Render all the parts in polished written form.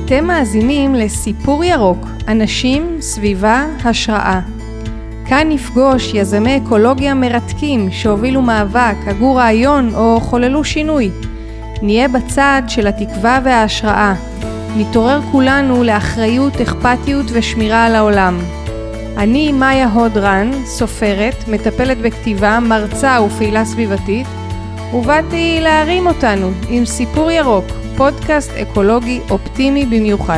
אתם מאזינים לסיפור ירוק, אנשים, סביבה, השראה. כאן נפגוש יזמי אקולוגיה מרתקים שהובילו מאבק, הגו רעיון או חוללו שינוי. נהיה בצד של התקווה וההשראה. נתעורר כולנו לאחריות, אכפתיות ושמירה על העולם. אני מאיה הודרן, סופרת, מטפלת בכתיבה, מרצה ופעילה סביבתית, ובאתי להרים אותנו עם סיפור ירוק, פודקאסט אקולוגי אופטימי במיוחד.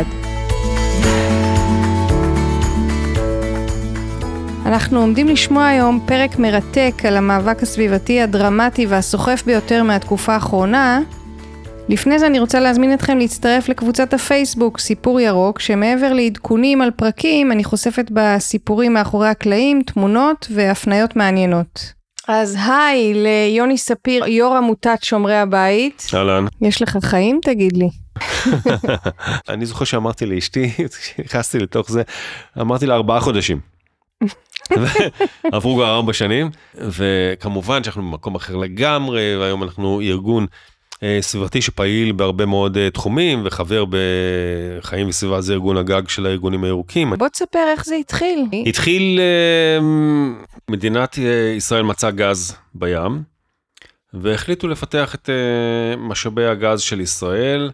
אנחנו עומדים לשמוע היום פרק מרתק על המאבק הסביבתי הדרמטי והסוחף ביותר מהתקופה האחרונה. לפני זה אני רוצה להזמין אתכם להצטרף לקבוצת הפייסבוק סיפור ירוק, שמעבר לעדכונים על פרקים אני חושפת בסיפורים מאחורי הקלעים, תמונות והפניות מעניינות. אז היי ליוני ספיר, יו"ר עמותת שומרי הבית. אהלן. יש לך חיים? תגיד לי. אני זוכר שאמרתי לאשתי, נכנסתי לתוך זה, אמרתי לה 4 חודשים. עברו כבר 4 שנים, וכמובן שאנחנו במקום אחר לגמרי, והיום אנחנו ארגון סביבתי שפעיל בהרבה מאוד תחומים, וחבר בחיים וסביבה, זה ארגון הגג של הארגונים הירוקים. בוא תספר איך זה התחיל. התחיל, מדינת ישראל מצאה גז בים, והחליטו לפתח את משאבי הגז של ישראל,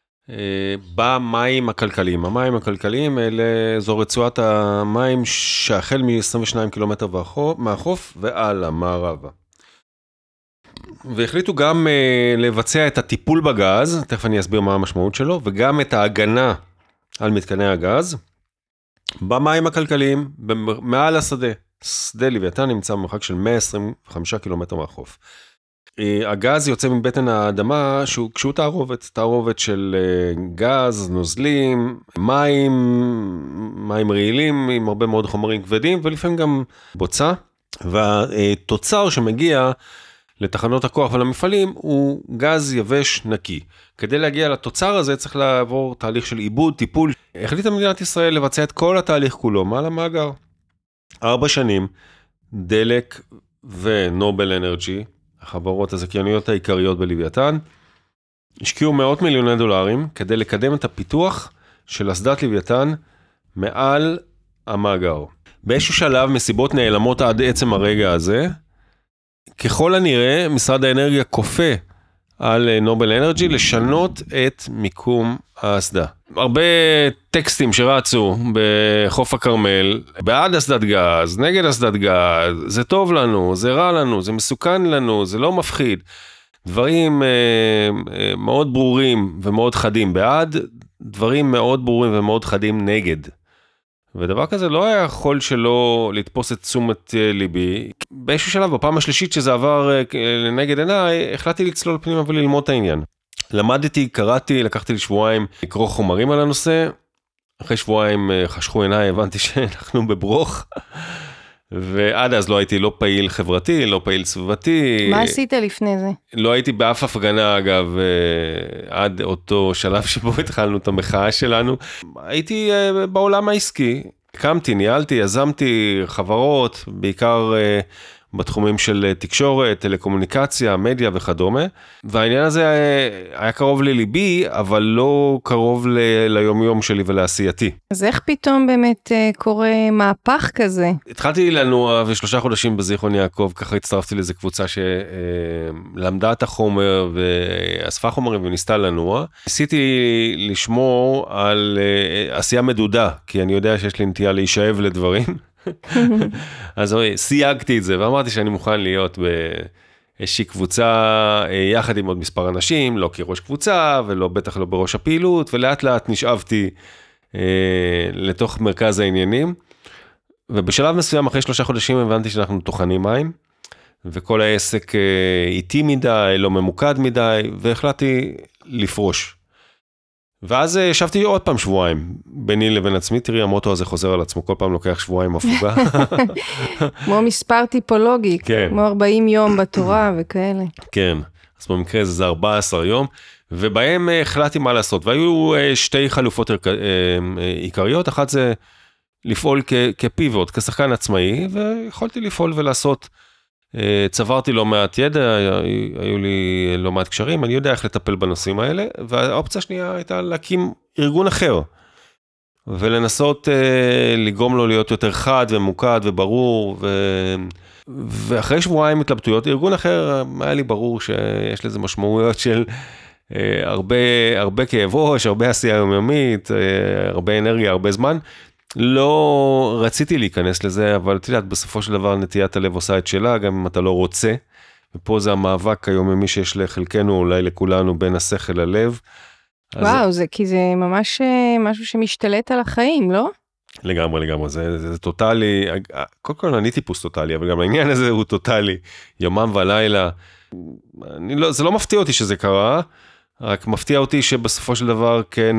במים הכלכליים. המים הכלכליים אלה זו רצועת המים שהחל מ-22 קילומטר מהחוף ועל המערבה. והחליטו גם לבצע את הטיפול בגז, תכף אני אסביר מה המשמעות שלו, וגם את ההגנה על מתקני הגז, במים הכלכליים, מעל השדה. שדה לוויתן נמצא במרחק של 125 קילומטר מהחוף. הגז יוצא מבטן האדמה כשהוא תערובת של גז, נוזלים, מים רעילים עם הרבה מאוד חומרים כבדים, ולפעמים גם בוצה, והתוצר שמגיע לתחנות הכוח ולמפעלים הוא גז יבש נקי. כדי להגיע לתוצר הזה צריך לעבור תהליך של עיבוד, טיפול. החליטה מדינת ישראל לבצע את כל התהליך כולו מעל המאגר. 4 שנים, דלק ונובל אנרג'י, החברות הזכייניות העיקריות בלוויתן, השקיעו $100 מיליון כדי לקדם את הפיתוח של אסדת לוויתן מעל המאגר. באיזשהו שלב מסיבות נעלמות עד עצם הרגע הזה, ככל הנראה משרד האנרגיה כופה על נובל אנרג'י לשנות את מיקום האסדה. הרבה טקסטים שרצו בחוף הכרמל, בעד אסדת גז, נגד אסדת גז, זה טוב לנו, זה רע לנו, זה מסוכן לנו, זה לא מפחיד. דברים מאוד ברורים ומאוד חדים בעד, דברים מאוד ברורים ומאוד חדים נגד. ודבר כזה לא היה יכול שלא לתפוס את תשומת ליבי. באיזשהו שלב, בפעם השלישית שזה עבר לנגד עיניי, החלטתי לצלול פנימה וללמוד את העניין. למדתי, קראתי, לקחתי לי שבועיים לקרוא חומרים על הנושא. אחרי שבועיים חשכו עיניי, הבנתי שאנחנו בברוך. ועד אז לא הייתי לא פעיל חברתי, לא פעיל סביבתי. מה עשית לפני זה? לא הייתי באף הפגנה, אגב, עד אותו שלב שבו התחלנו את המחאה שלנו. הייתי בעולם העסקי, הקמתי, ניהלתי, יזמתי חברות, בעיקר בתחומים של תקשורת, טלקומוניקציה, מדיה וכדומה. והעניין הזה היה קרוב לליבי, אבל לא קרוב ליום-יום שלי ולעשייתי. אז איך פתאום באמת קורה מהפך כזה? התחלתי לנוע ו3 חודשים בזיכרון יעקב, ככה הצטרפתי לאיזו קבוצה שלמדה את החומר ואספה חומרים וניסתה לנוע. ניסיתי לשמור על עשייה מדודה, כי אני יודע שיש לי נטייה להישאב לדברים. אז סייגתי את זה ואמרתי שאני מוכן להיות באיזושהי קבוצה יחד עם עוד מספר אנשים, לא כראש קבוצה ולא בטח לא בראש הפעילות, ולאט לאט נשאבתי לתוך מרכז העניינים, ובשלב מסוים אחרי 3 חודשים הבנתי שאנחנו טוחנים מים, וכל העסק איטי מדי, לא ממוקד מדי, והחלטתי לפרוש. ואז ישבתי עוד פעם שבועיים, ביני לבין עצמי, תראי, המוטו הזה חוזר על עצמו, כל פעם לוקח שבועיים הפוגה. כמו מספר טיפולוגי, כן. כמו 40 יום בתורה וכאלה. כן, אז במקרה זה 14 יום, ובהם החלטתי מה לעשות, והיו 2 חלופות עיקריות, אחת זה לפעול כפיבוט, כשחקן עצמאי, ויכולתי לפעול ולעשות צברתי לא מעט ידע, היו לי לא מעט קשרים, אני יודע איך לטפל בנושאים האלה, והאופציה השנייה הייתה להקים ארגון אחר, ולנסות לגרום לו להיות יותר חד ומוקד וברור, ואחרי שבועיים התלבטויות, ארגון אחר היה לי ברור שיש לזה משמעויות של הרבה כאב ראש, הרבה עשייה יומיומית, הרבה אנרגיה, הרבה זמן. לא רציתי להיכנס לזה, אבל אתה יודעת, בסופו של דבר נטיית הלב עושה את שלה, גם אם אתה לא רוצה, ופה זה המאבק היומיומי שיש לחלקנו, אולי לכולנו, בין השכל ללב. וואו, כי זה ממש משהו שמשתלט על החיים, לא? לגמרי, זה טוטלי, קודם כל אני טיפוס טוטלי, אבל גם העניין הזה הוא טוטלי, יומם ולילה, זה לא מפתיע אותי שזה קרה, רק מפתיע אותי שבסופו של דבר כן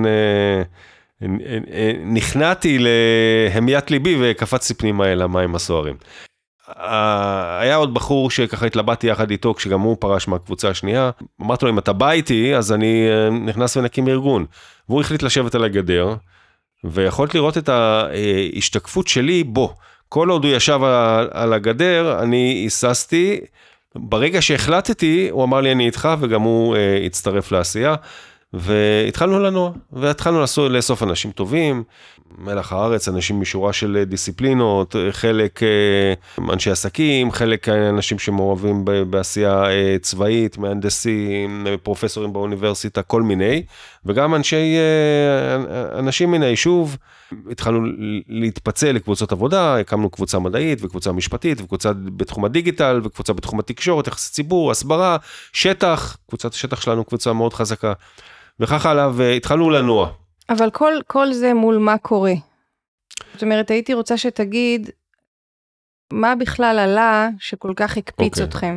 נכנעתי להמיית ליבי וקפצתי פנימה אל המים הסוערים. היה עוד בחור שככה התלבטתי יחד איתו כשגם הוא פרש מהקבוצה השנייה, אמרתי לו אם אתה בא איתי אז אני נכנס ונקים ארגון, והוא החליט לשבת על הגדר, ויכולת לראות את ההשתקפות שלי בו, כל עוד הוא ישב על הגדר אני היססתי, ברגע שהחלטתי הוא אמר לי אני איתך וגם הוא הצטרף לעשייה, והתחלנו לנוע, והתחלנו לאסוף אנשים טובים, מלח הארץ, אנשים משורה של דיסציפלינות, חלק אנשי עסקים, חלק אנשים שמעורבים בעשייה צבאית, מהנדסים, פרופסורים באוניברסיטה, כל מיני, וגם אנשים מן היישוב, התחלנו להתפצל לקבוצות עבודה, הקמנו קבוצה מדעית וקבוצה משפטית, וקבוצה בתחום הדיגיטל, וקבוצה בתחום התקשורת, יחסי ציבור, הסברה, שטח, קבוצת השטח שלנו קבוצה מאוד חזקה, וכך הלאה, והתחלנו לנוע. אבל כל זה מול מה קורה? זאת אומרת, הייתי רוצה שתגיד, מה בכלל עלה שכל כך הקפיץ אתכם?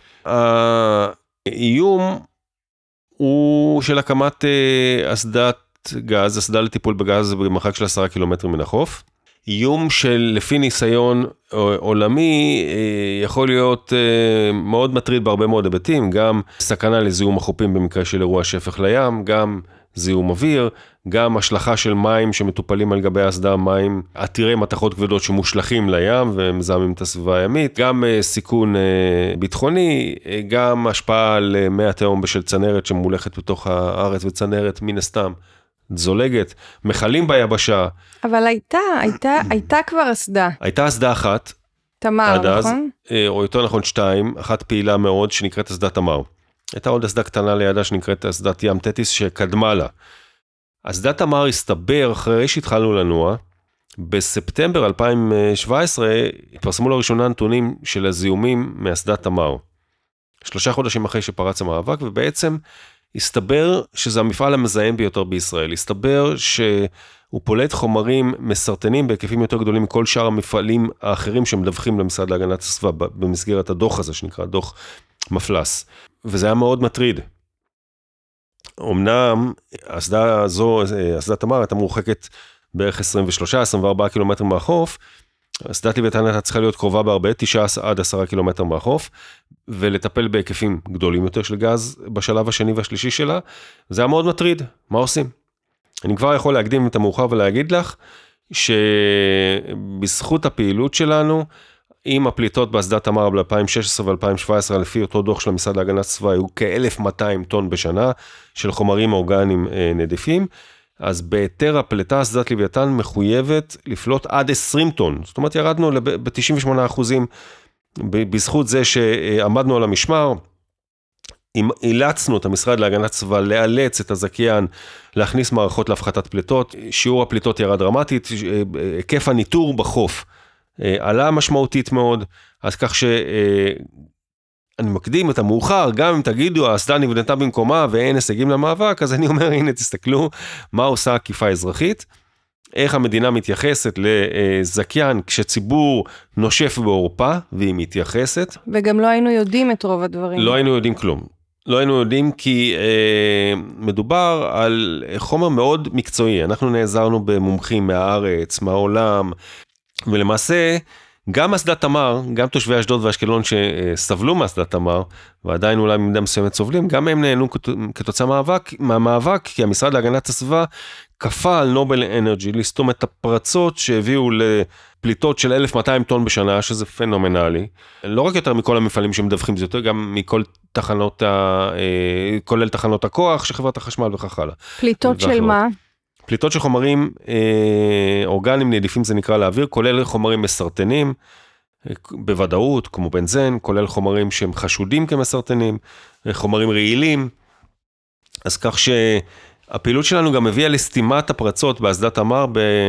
האיום הוא של הקמת אסדת גז, אסדה לטיפול בגז במרחק של 10 קילומטרים מן החוף. איום של לפי ניסיון עולמי יכול להיות מאוד מטריד בהרבה מאוד היבטים, גם סכנה לזיהום החופים במקרה של אירוע שפך לים, גם זיהום אוויר, גם השלכה של מים שמטופלים על גבי האסדה, מים עתירי מתכות כבדות שמושלכים לים ומזהמים את הסביבה הימית, גם סיכון ביטחוני, גם השפעה על מי התהום בשל צנרת שמולכת בתוך הארץ, וצנרת מן הסתם זולגת, מחלים ביבשה. אבל הייתה כבר אסדה. הייתה אסדה אחת. תמר, נכון? או יותר נכון 2, אחת פעילה מאוד שנקראת אסדת תמר. הייתה עוד אסדה קטנה לידה שנקראת אסדת ים תטיס שקדמה לה. אסדת תמר הסתבר אחרי שהתחלנו לנוע, בספטמבר 2017 התפרסמו לראשונה נתונים של הזיהומים מאסדת תמר. 3 חודשים אחרי שפרץ המאבק, ובעצם הסתבר שזה המפעל המזהם ביותר בישראל. הסתבר שהוא פולט חומרים מסרטנים בהיקפים יותר גדולים מכל שאר המפעלים האחרים שמדווחים למשרד להגנת הסביבה במסגרת הדוח הזה שנקרא דוח מפלס. וזה היה מאוד מטריד. אמנם האסדה הזו, אסדת תמר, הייתה מורחקת בערך 23-24 קילומטר מהחוף, אסדת לוויתן הייתה צריכה להיות קרובה בהרבה, 9-10 קילומטר מהחוף, ולטפל בהיקפים גדולים יותר של גז בשלב השני והשלישי שלה, זה היה מאוד מטריד, מה עושים? אני כבר יכול להקדים את המאוחר ולהגיד לך, שבזכות הפעילות שלנו, עם הפליטות באסדת תמר ב-2016 ו-2017, לפי אותו דוח של המשרד להגנת הסביבה, היו כ-1,200 טון בשנה של חומרים אורגניים נדיפים, אז בהיתר הפליטה אסדת לוויתן מחויבת לפלוט עד 20 טון, זאת אומרת ירדנו ב-98% בזכות זה שעמדנו על המשמר, אילצנו את המשרד להגנת הסביבה לאלץ את הזכיין להכניס מערכות להפחתת פליטות, שיעור הפליטות ירד דרמטית, היקף הניטור בחוף עלה משמעותית מאוד, אז כך אני מקדים את המאוחר, גם אם תגידו, האסדה נבנתה במקומה ואין הישגים למאבק, אז אני אומר, הנה תסתכלו מה עושה עקיפה אזרחית, איך המדינה מתייחסת לזכיין כשציבור נושף בעורפה, והיא מתייחסת. וגם לא היינו יודעים את רוב הדברים. לא היינו יודעים כלום. לא היינו יודעים כי מדובר על חומר מאוד מקצועי, אנחנו נעזרנו במומחים מהארץ, מהעולם, ולמעשה גם אסדת תמר, גם תושבי אשדוד ואשקלון שסבלו מאסדת תמר, ועדיין אולי במידה מסוימת סובלים, גם הם נהנו כתוצאה מהמאבק, כי המשרד להגנת הסביבה כפה על נובל אנרג'י לסתום את הפרצות שהביאו לפליטות של 1,200 טון בשנה, שזה פנומנלי. לא רק יותר מכל המפעלים שמדווחים, זה יותר גם מכל תחנות, כולל תחנות הכוח של חברת החשמל וכך הלאה. פליטות של מה? פליטות של חומרים אורגניים נדיפים זה נקרא לאוויר, כולל חומרים מסרטנים, בוודאות, כמו בנזן, כולל חומרים שהם חשודים כמסרטנים, חומרים רעילים, אז כך שהפעילות שלנו גם הביאה לסתימת הפרצות באסדת תמר,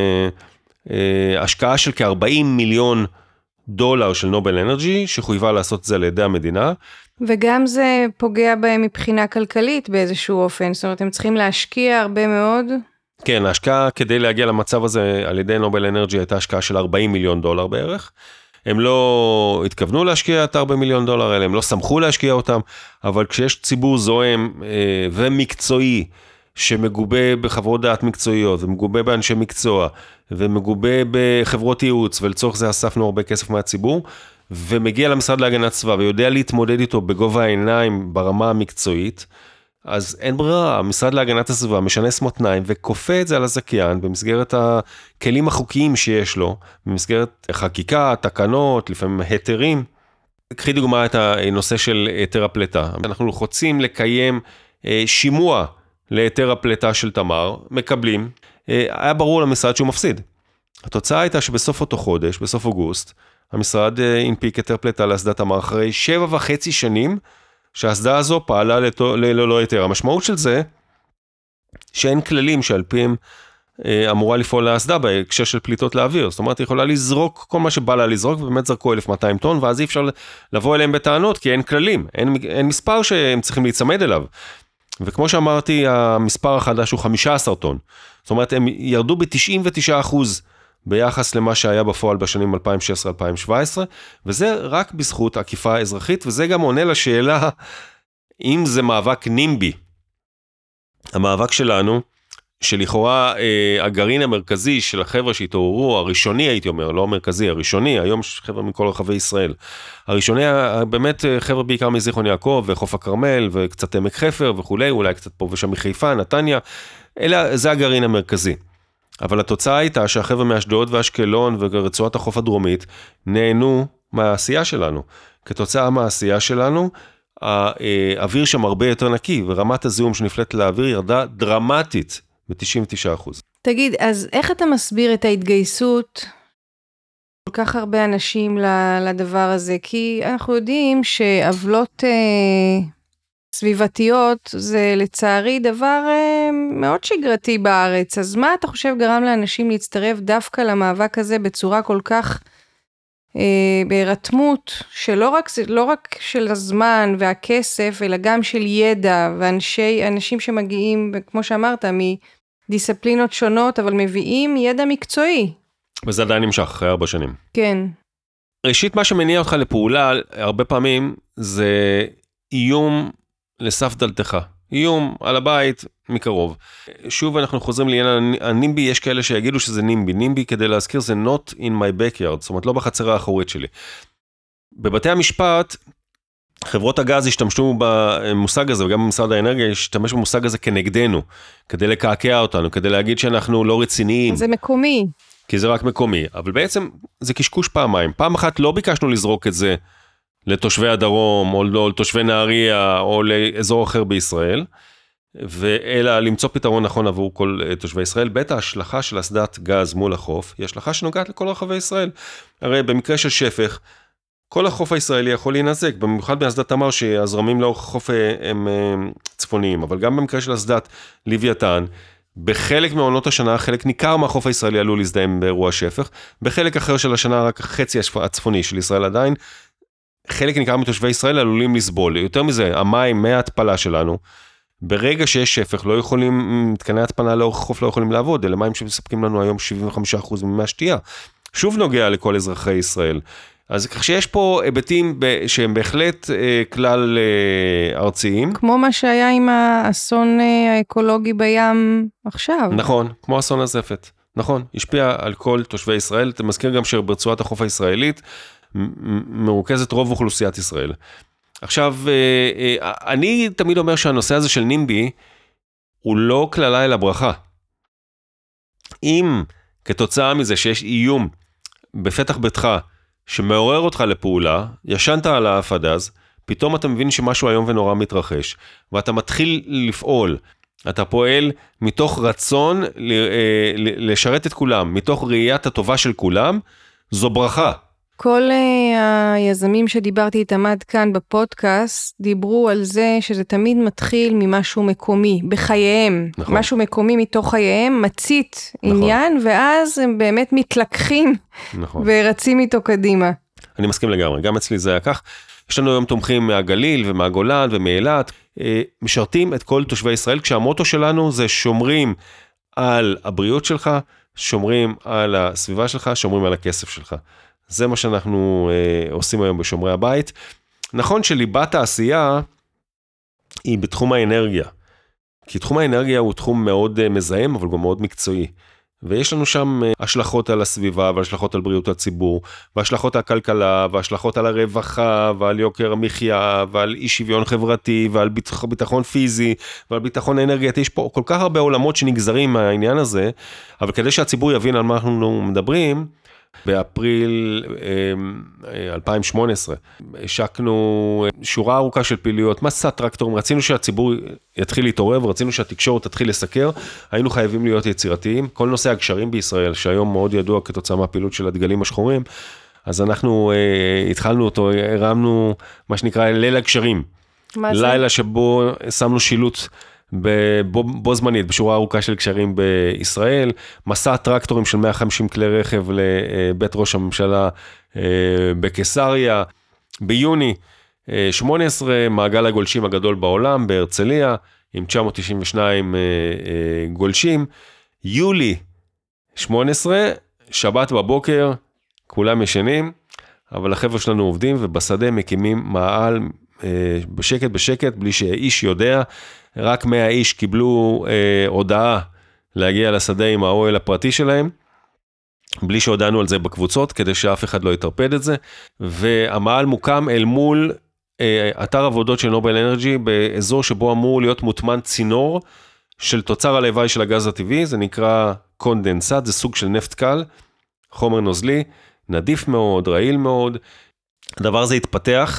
בהשקעה של כ-$40 מיליון של נובל אנרג'י, שחויבה לעשות את זה על ידי המדינה. וגם זה פוגע בהם מבחינה כלכלית באיזשהו אופן, זאת אומרת, הם צריכים להשקיע הרבה מאוד. כן, ההשקעה כדי להגיע למצב הזה על ידי נובל אנרג'י הייתה השקעה של $40 מיליון בערך. הם לא התכוונו להשקיע את $40 מיליון האלה, הם לא שמחו להשקיע אותם, אבל כשיש ציבור זוהם ומקצועי, שמגובה בחברות דעת מקצועיות, ומגובה באנשי מקצוע, ומגובה בחברות ייעוץ, ולצורך זה אספנו הרבה כסף מהציבור, ומגיע למשרד להגנת הסביבה, ויודע להתמודד איתו בגובה העיניים ברמה המקצועית, אז אין ברירה, המשרד להגנת הסביבה משנה מותניים וכופה את זה על הזכיין במסגרת הכלים החוקיים שיש לו, במסגרת חקיקה, תקנות, לפעמים היתרים. קחי דוגמה את הנושא של היתר הפלטה. אנחנו רוצים לקיים שימוע להיתר הפלטה של תמר, מקבלים, היה ברור למשרד שהוא מפסיד. התוצאה הייתה שבסוף אותו חודש, בסוף אוגוסט, המשרד הנפיק היתר פלטה לאסדת תמר אחרי 7.5 שנים, שהאסדה הזו פעלה ללא היתר. המשמעות של זה, שאין כללים שעל פיהם אמורה לפעול לאסדה בהקשר של פליטות לאוויר. זאת אומרת, היא יכולה לזרוק כל מה שבא לה לזרוק, ובאמת זרקו 1,200 טון, ואז אי אפשר לבוא אליהם בטענות, כי אין כללים, אין מספר שהם צריכים להצמד אליו. וכמו שאמרתי, המספר החדש הוא 15 טון. זאת אומרת, הם ירדו ב-99% ביחס למה שהיה בפועל בשנים 2016-2017, וזה רק בזכות עקיפה אזרחית, וזה גם עונה לשאלה אם זה מאבק נימבי. המאבק שלנו, שלכאורה הגרעין המרכזי של החבר'ה שהתעוררו, הראשוני הייתי אומר, לא המרכזי, הראשוני, היום יש חבר'ה מכל רחבי ישראל. הראשוני, באמת חבר'ה בעיקר מזיכרון יעקב וחוף הכרמל, וקצת עמק חפר וכולי, אולי קצת פה ושם מחיפה, נתניה, זה הגרעין המרכזי. אבל התוצאה הייתה שהחבר'ה מאשדוד ואשקלון ורצועת החוף הדרומית נהנו מהעשייה שלנו. כתוצאה מהעשייה שלנו, האוויר שם הרבה יותר נקי, ורמת הזיהום שנפלט לאוויר ירדה דרמטית ב-99%. תגיד, אז איך אתה מסביר את ההתגייסות כל כך הרבה אנשים לדבר הזה? כי אנחנו יודעים שעוולות סביבתיות זה לצערי דבר מאוד שגרתי בארץ. אז מה אתה חושב גרם לאנשים להצטרף דווקא למאבק הזה בצורה כל כך בהירתמות, שלא רק של הזמן והכסף, אלא גם של ידע ואנשים שמגיעים, כמו שאמרת, מדיסציפלינות שונות, אבל מביאים ידע מקצועי. וזה עדיין נמשך אחרי 4 שנים. כן. ראשית, מה שמניע אותך לפעולה, הרבה פעמים, זה איום לסף דלתך. איום על הבית מקרוב. שוב אנחנו חוזרים לעניין הנימבי, יש כאלה שיגידו שזה נימבי. נימבי כדי להזכיר זה not in my backyard, זאת אומרת לא בחצר האחורית שלי. בבתי המשפט, חברות הגז השתמשו במושג הזה, וגם במשרד האנרגיה השתמש במושג הזה כנגדנו, כדי לקעקע אותנו, כדי להגיד שאנחנו לא רציניים. זה מקומי. כי זה רק מקומי, אבל בעצם זה קשקוש פעמיים. פעם אחת לא ביקשנו לזרוק את זה לתושבי הדרום, או לתושבי נהריה, או לאזור אחר בישראל, אלא למצוא פתרון נכון עבור כל תושבי ישראל. בית ההשלכה של אסדת גז מול החוף, היא השלכה שנוגעת לכל רחבי ישראל. הרי במקרה של שפך, כל החוף הישראלי יכול להינזק, במיוחד באסדת תמר שהזרמים לאורך החוף הם צפוניים, אבל גם במקרה של אסדת לוויתן, בחלק מעונות השנה, חלק ניכר מהחוף הישראלי עלול להזדהם באירוע שפך, בחלק אחר של השנה, רק חצי הצפוני של ישראל עדיין, חלק ניכר מתושבי ישראל עלולים לסבול. יותר מזה, המים מההתפלה שלנו, ברגע שיש שפך, לא יכולים, מתקני התפלה לאורך החוף לא יכולים לעבוד, אלה מים שמספקים לנו היום 75% ממי השתייה. שוב נוגע לכל אזרחי ישראל. אז כך שיש פה היבטים שהם בהחלט כלל ארציים. כמו מה שהיה עם האסון האקולוגי בים עכשיו. נכון, כמו אסון הזפת. נכון, השפיע על כל תושבי ישראל, אתה מזכיר גם שברצועת החוף הישראלית, מרוכזת רוב אוכלוסיית ישראל. עכשיו, אני תמיד אומר שהנושא הזה של נימבי, הוא לא כללה אלא ברכה. אם כתוצאה מזה שיש איום בפתח ביתך, שמעורר אותך לפעולה, ישנת על האף עד אז, פתאום אתה מבין שמשהו היום ונורא מתרחש, ואתה מתחיל לפעול, אתה פועל מתוך רצון לשרת את כולם, מתוך ראיית הטובה של כולם, זו ברכה. כל היזמים שדיברתי איתם עד כאן בפודקאסט, דיברו על זה שזה תמיד מתחיל ממשהו מקומי, בחייהם. נכון. משהו מקומי מתוך חייהם, מצית נכון. עניין, ואז הם באמת מתלקחים, נכון. ורצים איתו קדימה. אני מסכים לגמרי, גם אצלי זה היה כך. יש לנו היום תומכים מהגליל ומהגולן ומאילת, משרתים את כל תושבי ישראל, כשהמוטו שלנו זה שומרים על הבריאות שלך, שומרים על הסביבה שלך, שומרים על הכסף שלך. זה מה שאנחנו עושים היום בשומרי הבית. נכון שליבת העשייה היא בתחום האנרגיה, כי תחום האנרגיה הוא תחום מאוד מזהם, אבל גם מאוד מקצועי. ויש לנו שם השלכות על הסביבה, והשלכות על בריאות הציבור, והשלכות על הכלכלה, והשלכות על הרווחה, ועל יוקר המחיה, ועל אי שוויון חברתי, ועל ביטחון פיזי, ועל ביטחון אנרגטי. יש פה כל כך הרבה עולמות שנגזרים מהעניין הזה, אבל כדי שהציבור יבין על מה אנחנו מדברים, באפריל 2018 השקנו שורה ארוכה של פעילויות, מסע טרקטורים, רצינו שהציבור יתחיל להתעורר, ורצינו שהתקשורת תתחיל לסקר, היינו חייבים להיות יצירתיים, כל נושא הגשרים בישראל, שהיום מאוד ידוע כתוצאה מהפעילות של הדגלים השחורים, אז אנחנו התחלנו אותו, הרמנו מה שנקרא ליל הגשרים, לילה שבו שמנו שילוט בו זמנית, בשורה ארוכה של גשרים בישראל, מסע טרקטורים של 150 כלי רכב לבית ראש הממשלה בקיסריה, ביוני 18, מעגל הגולשים הגדול בעולם בהרצליה, עם 992 גולשים, יולי 18, שבת בבוקר, כולם ישנים, אבל החבר'ה שלנו עובדים, ובשדה מקימים מעל בשקט, בלי שאיש יודע, רק 100 איש קיבלו הודעה להגיע לשדה עם האוהל הפרטי שלהם, בלי שהודענו על זה בקבוצות, כדי שאף אחד לא יתרפד את זה, והמעל מוקם אל מול אתר עבודות של נובל אנרג'י, באזור שבו אמור להיות מוטמן צינור, של תוצר הלוואי של הגז הטבעי, זה נקרא קונדנסט, זה סוג של נפט קל, חומר נוזלי, נדיף מאוד, רעיל מאוד, הדבר הזה התפתח,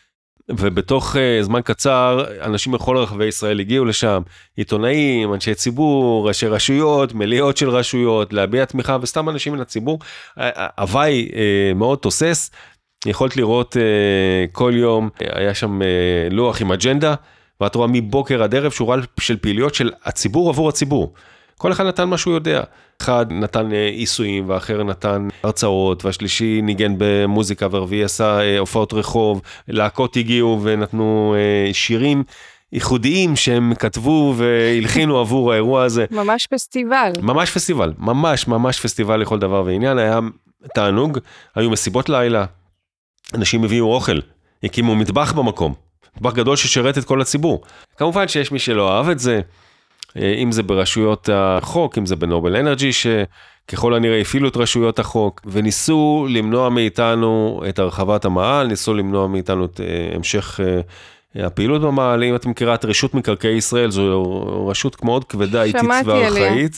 ובתוך זמן קצר, אנשים מכל רחבי ישראל הגיעו לשם, עיתונאים, אנשי ציבור, ראשי רשויות, מליאות של רשויות, להביע תמיכה, וסתם אנשים מן הציבור, הוואי מאוד תוסס, יכולת לראות כל יום, היה שם לוח עם אג'נדה, ואת רואה מבוקר עד ערב שורה של פעילויות של הציבור עבור הציבור. כל אחד נתן מה שהוא יודע. אחד נתן עיסויים, ואחר נתן הרצאות, והשלישי ניגן במוזיקה, והרביעי עשה הופעות רחוב, להקות הגיעו ונתנו שירים ייחודיים שהם כתבו והלחינו עבור האירוע הזה. ממש פסטיבל. ממש פסטיבל, ממש פסטיבל לכל דבר ועניין. היה תענוג, היו מסיבות לילה, אנשים הביאו אוכל, הקימו מטבח במקום, מטבח גדול ששרת את כל הציבור. כמובן שיש מי שלא אהב את זה, אם זה ברשויות החוק, אם זה בנובל אנרג'י, שככל הנראה הפעילו את רשויות החוק, וניסו למנוע מאיתנו את הרחבת המעל, ניסו למנוע מאיתנו את המשך הפעילות במעל. אם את מכירה את רשות מקרקעי ישראל, זו רשות מאוד כבדה, איטית ואחראית.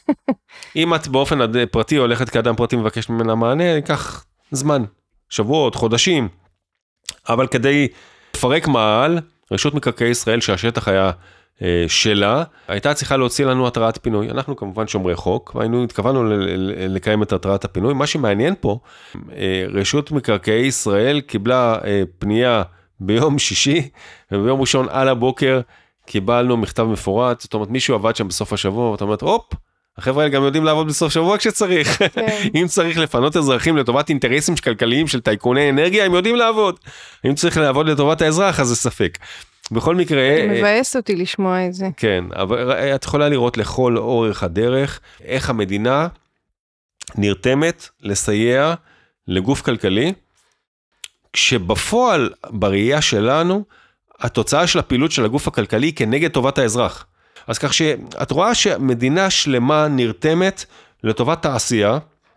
אם את באופן פרטי הולכת כאדם פרטי מבקשת ממנה מענה, ייקח זמן, שבועות, חודשים, אבל כדי לפרק מעל, רשות מקרקעי ישראל שהשטח היה שלה, הייתה צריכה להוציא לנו התראת פינוי. אנחנו כמובן שומרי חוק, התכוונו לקיים את התראת הפינוי. מה שמעניין פה, רשות מקרקעי ישראל קיבלה פנייה ביום שישי, וביום ראשון על הבוקר קיבלנו מכתב מפורט, זאת אומרת מישהו עבד שם בסוף השבוע, ואתה אומרת, הופ, החבר'ה האלה גם יודעים לעבוד בסוף שבוע כשצריך. אם צריך לפנות אזרחים לטובת אינטרסים כלכליים של טייקוני אנרגיה, הם יודעים לעבוד. אם צריך לעבוד לטובת האזרח, אז זה ספק. בכל מקרה... מבאס אותי לשמוע את זה. כן, אבל את יכולה לראות לכל אורך הדרך, איך המדינה נרתמת לסייע לגוף כלכלי, כשבפועל, בראייה שלנו, התוצאה של הפעילות של הגוף הכלכלי כנגד טובת האזרח. אז כך שאת רואה שמדינה שלמה נרתמת לטובת תעשייה,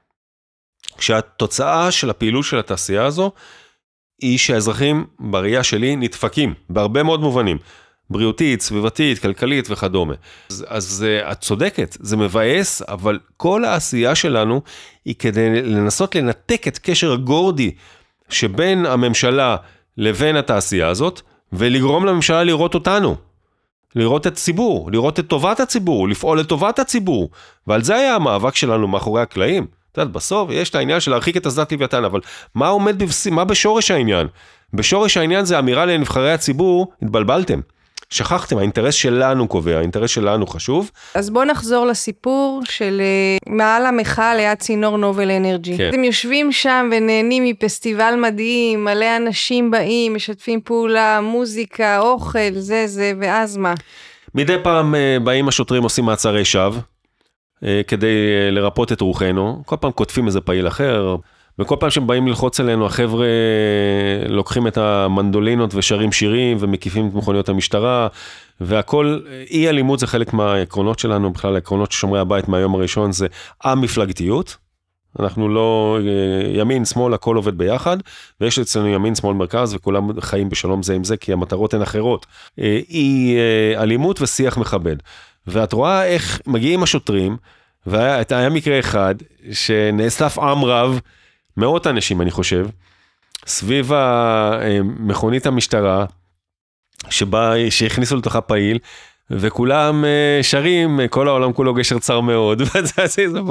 כשהתוצאה של הפעילות של התעשייה הזו, היא שהאזרחים בראייה שלי נדפקים, בהרבה מאוד מובנים, בריאותית, סביבתית, כלכלית וכדומה. אז את צודקת, זה מבאס, אבל כל העשייה שלנו היא כדי לנסות לנתק את קשר הגורדי שבין הממשלה לבין התעשייה הזאת, ולגרום לממשלה לראות אותנו, לראות את הציבור, לראות את טובת הציבור, לפעול לטובת הציבור, ועל זה היה המאבק שלנו מאחורי הקלעים. אתה יודע, בסוף יש את העניין של להרחיק את אסדת לוויתן, אבל מה עומד מה בשורש העניין? בשורש העניין זה אמירה לנבחרי הציבור, התבלבלתם. שכחתם, האינטרס שלנו קובע, האינטרס שלנו חשוב. אז בואו נחזור לסיפור של מעל המחאה ליד צינור נובל אנרג'י. כן. אתם יושבים שם ונהנים מפסטיבל מדהים, מלא אנשים באים, משתפים פעולה, מוזיקה, אוכל, זה, ואז מה? מדי פעם באים השוטרים עושים מעצרי שווא, כדי לרפות את רוחנו, כל פעם כותבים איזה פעיל אחר, וכל פעם שהם באים ללחוץ אלינו, החבר'ה לוקחים את המנדולינות ושרים שירים, ומקיפים את מכוניות המשטרה, והכל, אי אלימות זה חלק מהעקרונות שלנו, בכלל העקרונות ששומרי הבית מהיום הראשון זה המפלגתיות, אנחנו לא ימין, שמאל, הכל עובד ביחד, ויש אצלנו ימין, שמאל, מרכז, וכולם חיים בשלום זה עם זה, כי המטרות הן אחרות. אי אלימות ושיח מכבד. ואת רואה איך מגיעים השוטרים, והיה מקרה אחד, שנאסף עם רב, מאות אנשים אני חושב, סביב מכונית המשטרה, שהכניסו לתוכה פעיל, וכולם שרים, כל העולם כולו גשר צר מאוד, זה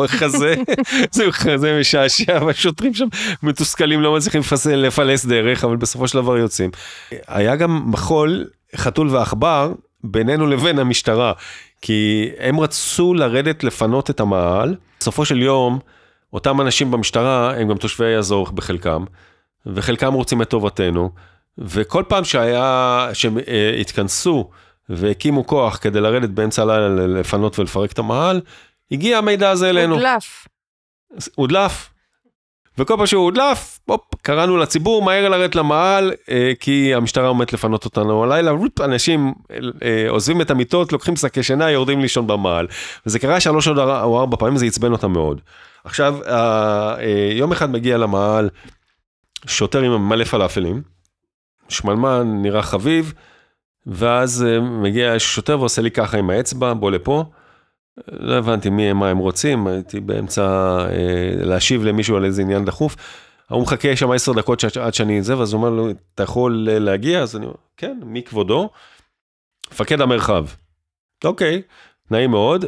מחזה משעשע, והשוטרים שם מתוסכלים, לא מצליחים לפלס דרך, אבל בסופו של דבר יוצאים. היה גם מחול, חתול ועכבר, בינינו לבין המשטרה, כי הם רצו לרדת לפנות את המעל, בסופו של יום, אותם אנשים במשטרה, הם גם תושבי האזור בחלקם, וחלקם רוצים את טובתנו, וכל פעם שהם התכנסו, והקימו כוח כדי לרדת באמצע הלילה לפנות ולפרק את המעל, הגיע המידע הזה אלינו. הודלף. וכל פעם שהוא הודלף, קראנו לציבור, מהר לרדת למעל, כי המשטרה עומדת לפנות אותנו הלילה, אנשים עוזבים את המיטות, לוקחים שקי שינה, יורדים לישון במעל. וזה קרה 3 או 4 פעמים, זה יצבן אותם מאוד. עכשיו, יום אחד מגיע למעל, שוטר עם מלא פלאפלים, שמלמן נראה חביב, ואז מגיע שוטר ועושה לי ככה עם האצבע, בוא לפה, לא הבנתי מה הם רוצים, הייתי באמצע להשיב למישהו על איזה עניין דחוף, הוא מחכה שם 10 דקות עד שאני זה, ואז הוא אומר לו, אתה יכול להגיע? אז אני אומר, כן, מי כבודו? מפקד המרחב. אוקיי, נעים מאוד,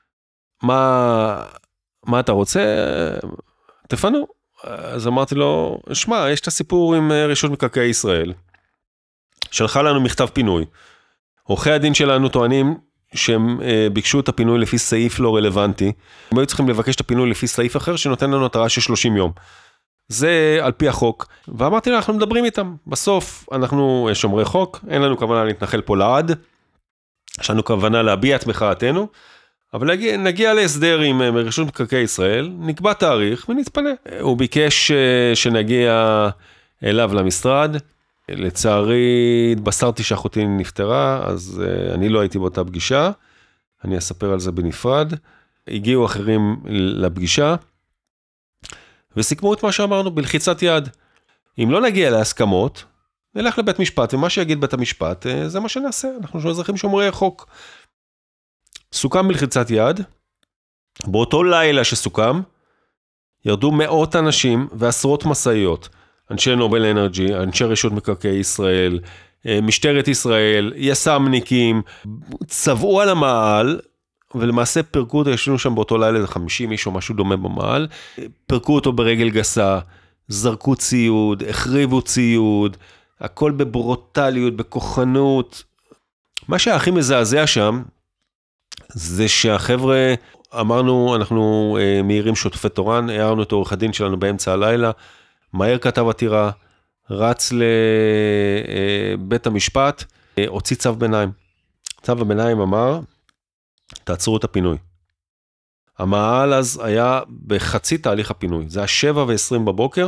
מה אתה רוצה? תפנו. אז אמרתי לו, שמע, יש את הסיפור עם רשות מקרקעי ישראל, שלחה לנו מכתב פינוי. עורכי הדין שלנו טוענים שהם ביקשו את הפינוי לפי סעיף לא רלוונטי, הם היו צריכים לבקש את הפינוי לפי סעיף אחר, שנותן לנו התראה של 30 יום. זה על פי החוק, ואמרתי לה, אנחנו מדברים איתם, בסוף אנחנו שומרי חוק, אין לנו כוונה להתנחל פה לעד, יש לנו כוונה להביע את מחאתנו, אבל נגיע להסדר עם רשות מקרקעי ישראל, נקבע תאריך ונתפנה. הוא ביקש שנגיע אליו למשרד, לצערי התבשרתי שאחותי נפטרה, אז אני לא הייתי באותה פגישה, אני אספר על זה בנפרד. הגיעו אחרים לפגישה, וסיכמו את מה שאמרנו בלחיצת יד. אם לא נגיע להסכמות, נלך לבית משפט, ומה שיגיד בית המשפט, זה מה שנעשה, אנחנו אזרחים שומרי חוק. סוכם בלחיצת יד, באותו לילה שסוכם, ירדו מאות אנשים ועשרות מסעיות, אנשי נובל אנרג'י, אנשי רשות מקרקעי ישראל, משטרת ישראל, יס"מניקים, צבעו על המעל, ולמעשה פרקו אותו, ישנו שם באותו לילה, זה 50 איש או משהו דומה במעל, פרקו אותו ברגל גסה, זרקו ציוד, החריבו ציוד, הכל בברוטליות, בכוחנות. מה שהכי מזעזע שם, זה שהחבר'ה, אמרנו, אנחנו מהירים שוטפי תורן, הערנו את עורך הדין שלנו באמצע הלילה, מהר כתב עתירה, רץ לבית המשפט, הוציא צו ביניים. צו הביניים אמר, תעצרו את הפינוי. המעל אז היה בחצי תהליך הפינוי, זה היה 7:20 בבוקר,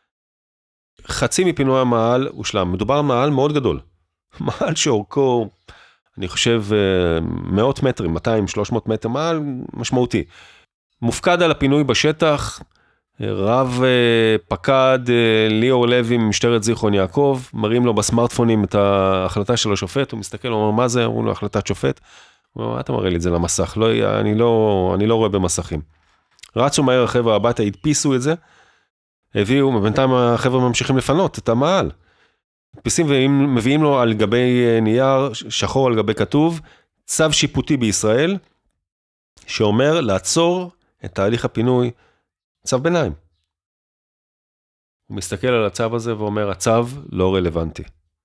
חצי מפינוי המעל הושלם, מדובר על מעל מאוד גדול, מעל שאורכו, אני חושב, 100 מטרים, 200-300 מטר, מעל משמעותי. מופקד על הפינוי בשטח, רב פקד ליאור לוי ממשטרת זיכרון יעקב, מראים לו בסמארטפונים את ההחלטה של השופט, הוא מסתכל, הוא אומר, מה זה? אמרו לו, החלטת שופט. הוא אומר, אתה מראה לי את זה למסך, אני לא רואה במסכים. רצו מהר החבר'ה הביתה, הדפיסו את זה, הביאו, בינתיים החבר'ה ממשיכים לפנות את המעל. הדפיסים ומביאים לו על גבי נייר, שחור על גבי כתוב, צו שיפוטי בישראל, שאומר לעצור את תהליך הפינוי, צו ביניים. הוא מסתכל על הצו הזה ואומר, הצו לא רלוונטי.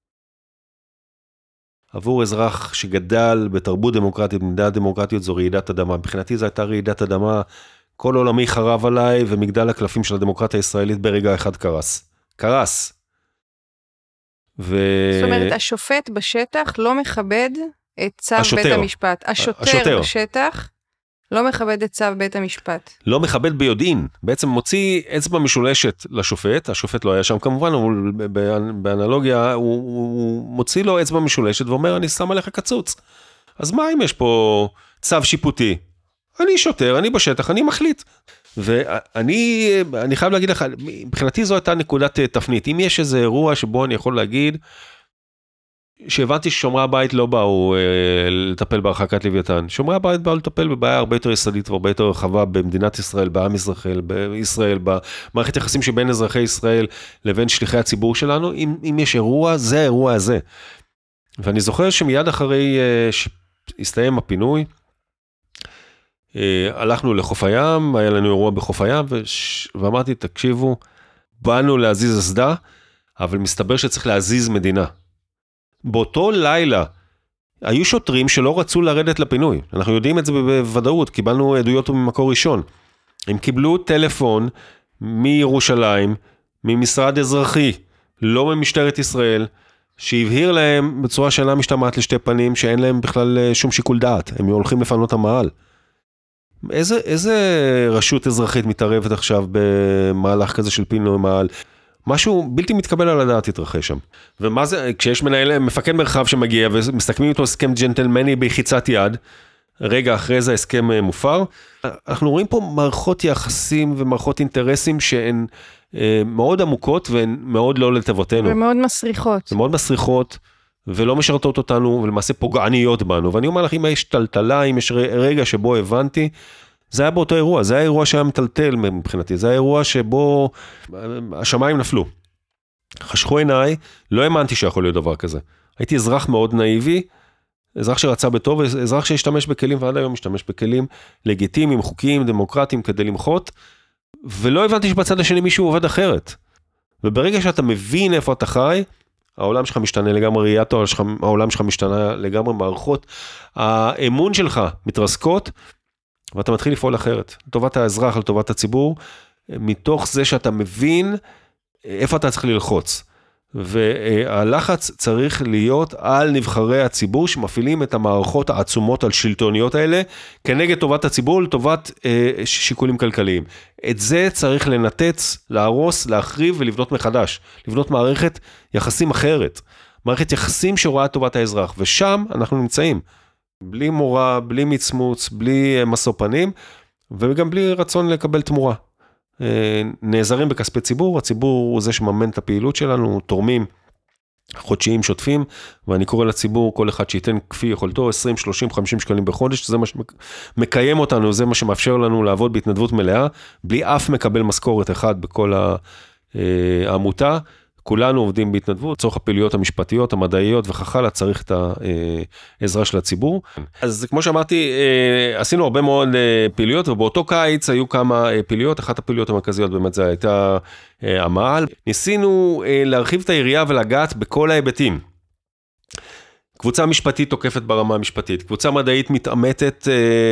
עבור אזרח שגדל בתרבות דמוקרטית, במדינה דמוקרטיות, זו רעידת אדמה. מבחינתי זו הייתה רעידת אדמה, כל עולמי חרב עליי, ומגדל הקלפים של הדמוקרטיה הישראלית ברגע אחד קרס. זאת אומרת, השופט בשטח לא מכבד את צו בית המשפט. השוטר בשטח לא מכבד את צו בית המשפט. לא מכבד ביודעין. בעצם מוציא אצבע משולשת לשופט, השופט לא היה שם כמובן, אבל באנלוגיה הוא מוציא לו אצבע משולשת ואומר, אני שם עליך קצוץ. אז מה אם יש פה צו שיפוטי? אני שוטר, אני בשטח, אני מחליט. ואני חייב להגיד לך, מבחינתי זו הייתה נקודת תפנית. אם יש איזה אירוע שבו אני יכול להגיד, שהבנתי ששומרי הבית לא באו לטפל בהרחקת לוויתן. שומרי הבית באו לטפל בבעיה הרבה יותר יסודית והרבה יותר רחבה במדינת ישראל, בעם ישראל, במערכת יחסים שבין אזרחי ישראל לבין שליחי הציבור שלנו. אם יש אירוע, זה האירוע הזה. ואני זוכר שמיד אחרי שהסתיים הפינוי, הלכנו לחוף הים, היה לנו אירוע בחוף הים, ואמרתי, תקשיבו, באנו להזיז אסדה, אבל מסתבר שצריך להזיז מדינה. באותו לילה, היו שוטרים שלא רצו לרדת לפינוי. אנחנו יודעים את זה בוודאות, קיבלנו עדויות ממקור ראשון. הם קיבלו טלפון מירושלים, ממשרד אזרחי, לא ממשטרת ישראל, שהבהיר להם בצורה שאינה משתמעת לשתי פנים, שאין להם בכלל שום שיקול דעת. הם הולכים לפנות המעל. איזה רשות אזרחית מתערבת עכשיו במהלך כזה של פינוי מעל? משהו בלתי מתקבל על הדעת התרחש שם. ומה זה, כשיש מפקד מרחב שמגיע ומסתכמים איתו הסכם ג'נטלמני בחיצת יד, רגע אחרי זה הסכם מופר, אנחנו רואים פה מערכות יחסים ומערכות אינטרסים שהן מאוד עמוקות והן מאוד לא לטובתנו. ומאוד מסריחות. ומאוד מסריחות ולא משרתות אותנו ולמעשה פוגעניות בנו. ואני אומר לך, אם יש טלטלה, אם יש רגע שבו הבנתי, זה היה באותו אירוע, זה היה אירוע שהיה מטלטל מבחינתי, זה היה אירוע שבו השמיים נפלו. חשכו עיניי, לא האמנתי שיכול להיות דבר כזה. הייתי אזרח מאוד נאיבי, אזרח שרצה בטוב, אזרח שהשתמש בכלים, ועד היום משתמש בכלים לגיטימיים, חוקיים, דמוקרטיים, כדי למחות, ולא הבנתי שבצד השני מישהו עובד אחרת. וברגע שאתה מבין איפה אתה חי, העולם שלך משתנה לגמרי, ראיית העולם שלך משתנה לגמרי, מערכות, האמון שלך מתרסקות, ואתה מתחיל לפעול אחרת, לטובת האזרח, לטובת הציבור, מתוך זה שאתה מבין איפה אתה צריך ללחוץ. והלחץ צריך להיות על נבחרי הציבור, שמפעילים את המערכות העצומות על שלטוניות האלה, כנגד טובת הציבור, לטובת שיקולים כלכליים. את זה צריך לנתץ, להרוס, להחריב ולבנות מחדש. לבנות מערכת יחסים אחרת. מערכת יחסים שרואה טובת האזרח. ושם אנחנו נמצאים. בלי מורה, בלי מצמוץ, בלי מסע פנים, וגם בלי רצון לקבל תמורה. נעזרים בכספי ציבור, הציבור הוא זה שממן את הפעילות שלנו, תורמים חודשיים שוטפים, ואני קורא לציבור, כל אחד שייתן כפי יכולתו, 20, 30, 50 שקלים בחודש, זה מה שמקיים אותנו, זה מה שמאפשר לנו לעבוד בהתנדבות מלאה, בלי אף מקבל משכורת אחד בכל העמותה, כולנו עובדים בהתנדבות, צורך הפעילויות המשפטיות, המדעיות וכך הלאה, צריך את העזרה של הציבור. אז כמו שאמרתי, עשינו הרבה מאוד פעילויות, ובאותו קיץ היו כמה פעילויות, אחת הפעילויות המרכזיות באמת זה הייתה המעל. ניסינו להרחיב את העירייה ולגעת בכל ההיבטים. קבוצה משפטית תוקפת ברמה המשפטית, קבוצה מדעית מתעמתת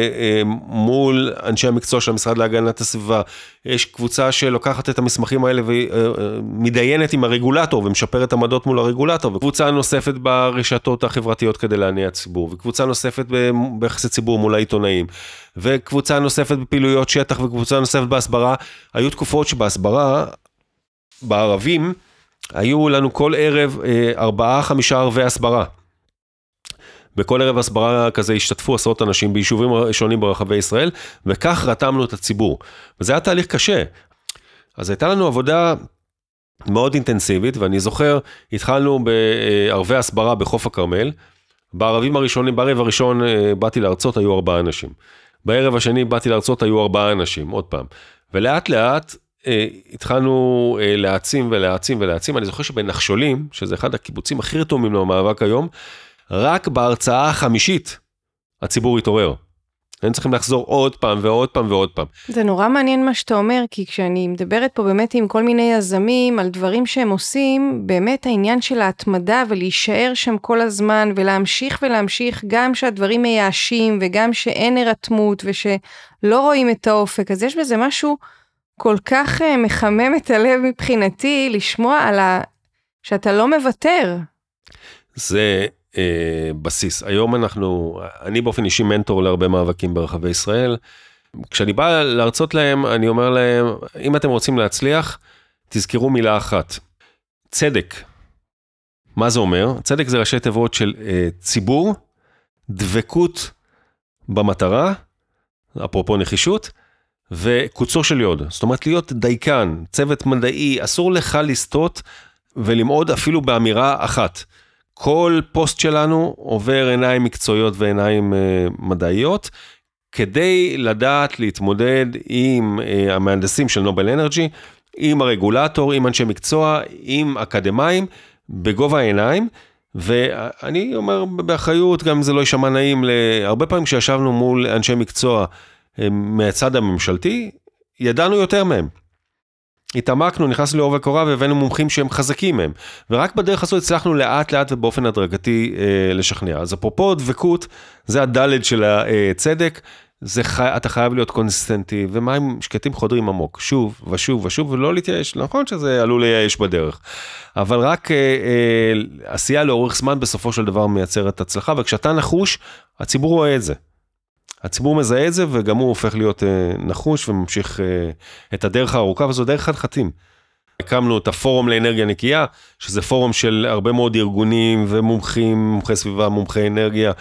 מול אנשי המקצוע של המשרד להגנת הסביבה, יש קבוצה שלוקחת את המסמכים האלה ומדיינת עם הרגולטור ומשפרת עמדות מול הרגולטור, וקבוצה נוספת ברשתות החברתיות כדי להניע הציבור, וקבוצה נוספת ביחסי ציבור מול העיתונאים, וקבוצה נוספת בפעילויות שטח, וקבוצה נוספת בהסברה. היו תקופות שבהסברה, בערבים, היו לנו כל ערב 4-5 ערבי הסברה. בכל ערב הסברה כזה השתתפו עשרות אנשים ביישובים שונים ברחבי ישראל, וכך רתמנו את הציבור. וזה היה תהליך קשה. אז הייתה לנו עבודה מאוד אינטנסיבית, ואני זוכר, התחלנו בערבי הסברה בחוף הכרמל, בערב הראשון באתי לארצות, היו 4 אנשים. בערב השני באתי לארצות, היו 4 אנשים, עוד פעם. ולאט לאט התחלנו להעצים ולהעצים ולהעצים. אני זוכר שבנחשולים, שזה אחד הקיבוצים הכי רתומים למאבק היום, רק בהרצאה החמישית הציבור התעורר. הם צריכים לחזור עוד פעם ועוד פעם ועוד פעם. זה נורא מעניין מה שאתה אומר, כי כשאני מדברת פה באמת עם כל מיני יזמים על דברים שהם עושים, באמת העניין של ההתמדה ולהישאר שם כל הזמן ולהמשיך ולהמשיך, גם שהדברים מייאשים וגם שאין הרתמות ושלא רואים את האופק, אז יש בזה משהו כל כך מחמם את הלב מבחינתי, לשמוע על שאתה לא מוותר. זה בסיס. היום אני באופן אישי מנטור להרבה מאבקים ברחבי ישראל. כשאני בא להרצות להם, אני אומר להם, אם אתם רוצים להצליח, תזכרו מילה אחת. צדק. מה זה אומר? צדק זה ראשי תיבות של ציבור, דבקות במטרה, אפרופו נחישות, וקוצו של יוד. זאת אומרת, להיות דייקן, צוות מדעי, אסור לך לסטות ולמעוד אפילו באמירה אחת. כל פוסט שלנו עובר עיניים מקצועיות ועיניים מדעיות, כדי לדעת להתמודד עם המהנדסים של נובל אנרג'י, עם הרגולטור, עם אנשי מקצוע, עם אקדמיים, בגובה העיניים, ואני אומר באחריות, גם אם זה לא יישמע נעים, הרבה פעמים כשישבנו מול אנשי מקצוע מהצד הממשלתי, ידענו יותר מהם. התעמקנו, נכנסנו לעובי הקורה והבאנו מומחים שהם חזקים מהם. ורק בדרך הזו הצלחנו לאט לאט ובאופן הדרגתי לשכנע. אז אפרופו דבקות, זה הדלת של הצדק, אתה חייב להיות קונסיסטנטי, ומים שקטים חודרים עמוק, שוב ושוב ושוב, ולא להתייאש. נכון שזה עלול לייאש בדרך. אבל רק עשייה לאורך זמן בסופו של דבר מייצרת הצלחה, וכשאתה נחוש, הציבור רואה את זה. הציבור מזהה את זה, וגם הוא הופך להיות נחוש, וממשיך את הדרך הארוכה, וזו דרך חתחתים. הקמנו את הפורום לאנרגיה נקייה, שזה פורום של הרבה מאוד ארגונים, ומומחים, מומחי סביבה, מומחי אנרגיה,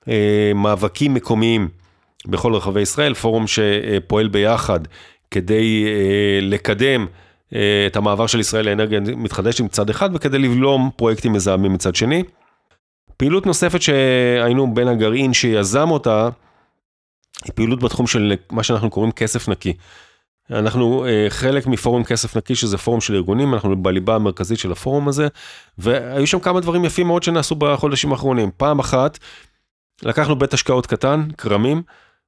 מאבקים מקומיים בכל רחבי ישראל, פורום שפועל ביחד, כדי לקדם את המעבר של ישראל לאנרגיה מתחדשת מצד אחד, וכדי לבלום פרויקטים מזהמים מצד שני. פעילות נוספת שהיינו בין הגרעין שיזם אותה, היא פעילות בתחום של מה שאנחנו קוראים כסף נקי. אנחנו חלק מפורום כסף נקי, שזה פורום של ארגונים, אנחנו בליבה המרכזית של הפורום הזה, והיו שם כמה דברים יפים מאוד שנעשו בחודשים האחרונים. פעם אחת, לקחנו בית השקעות קטן, קרמים,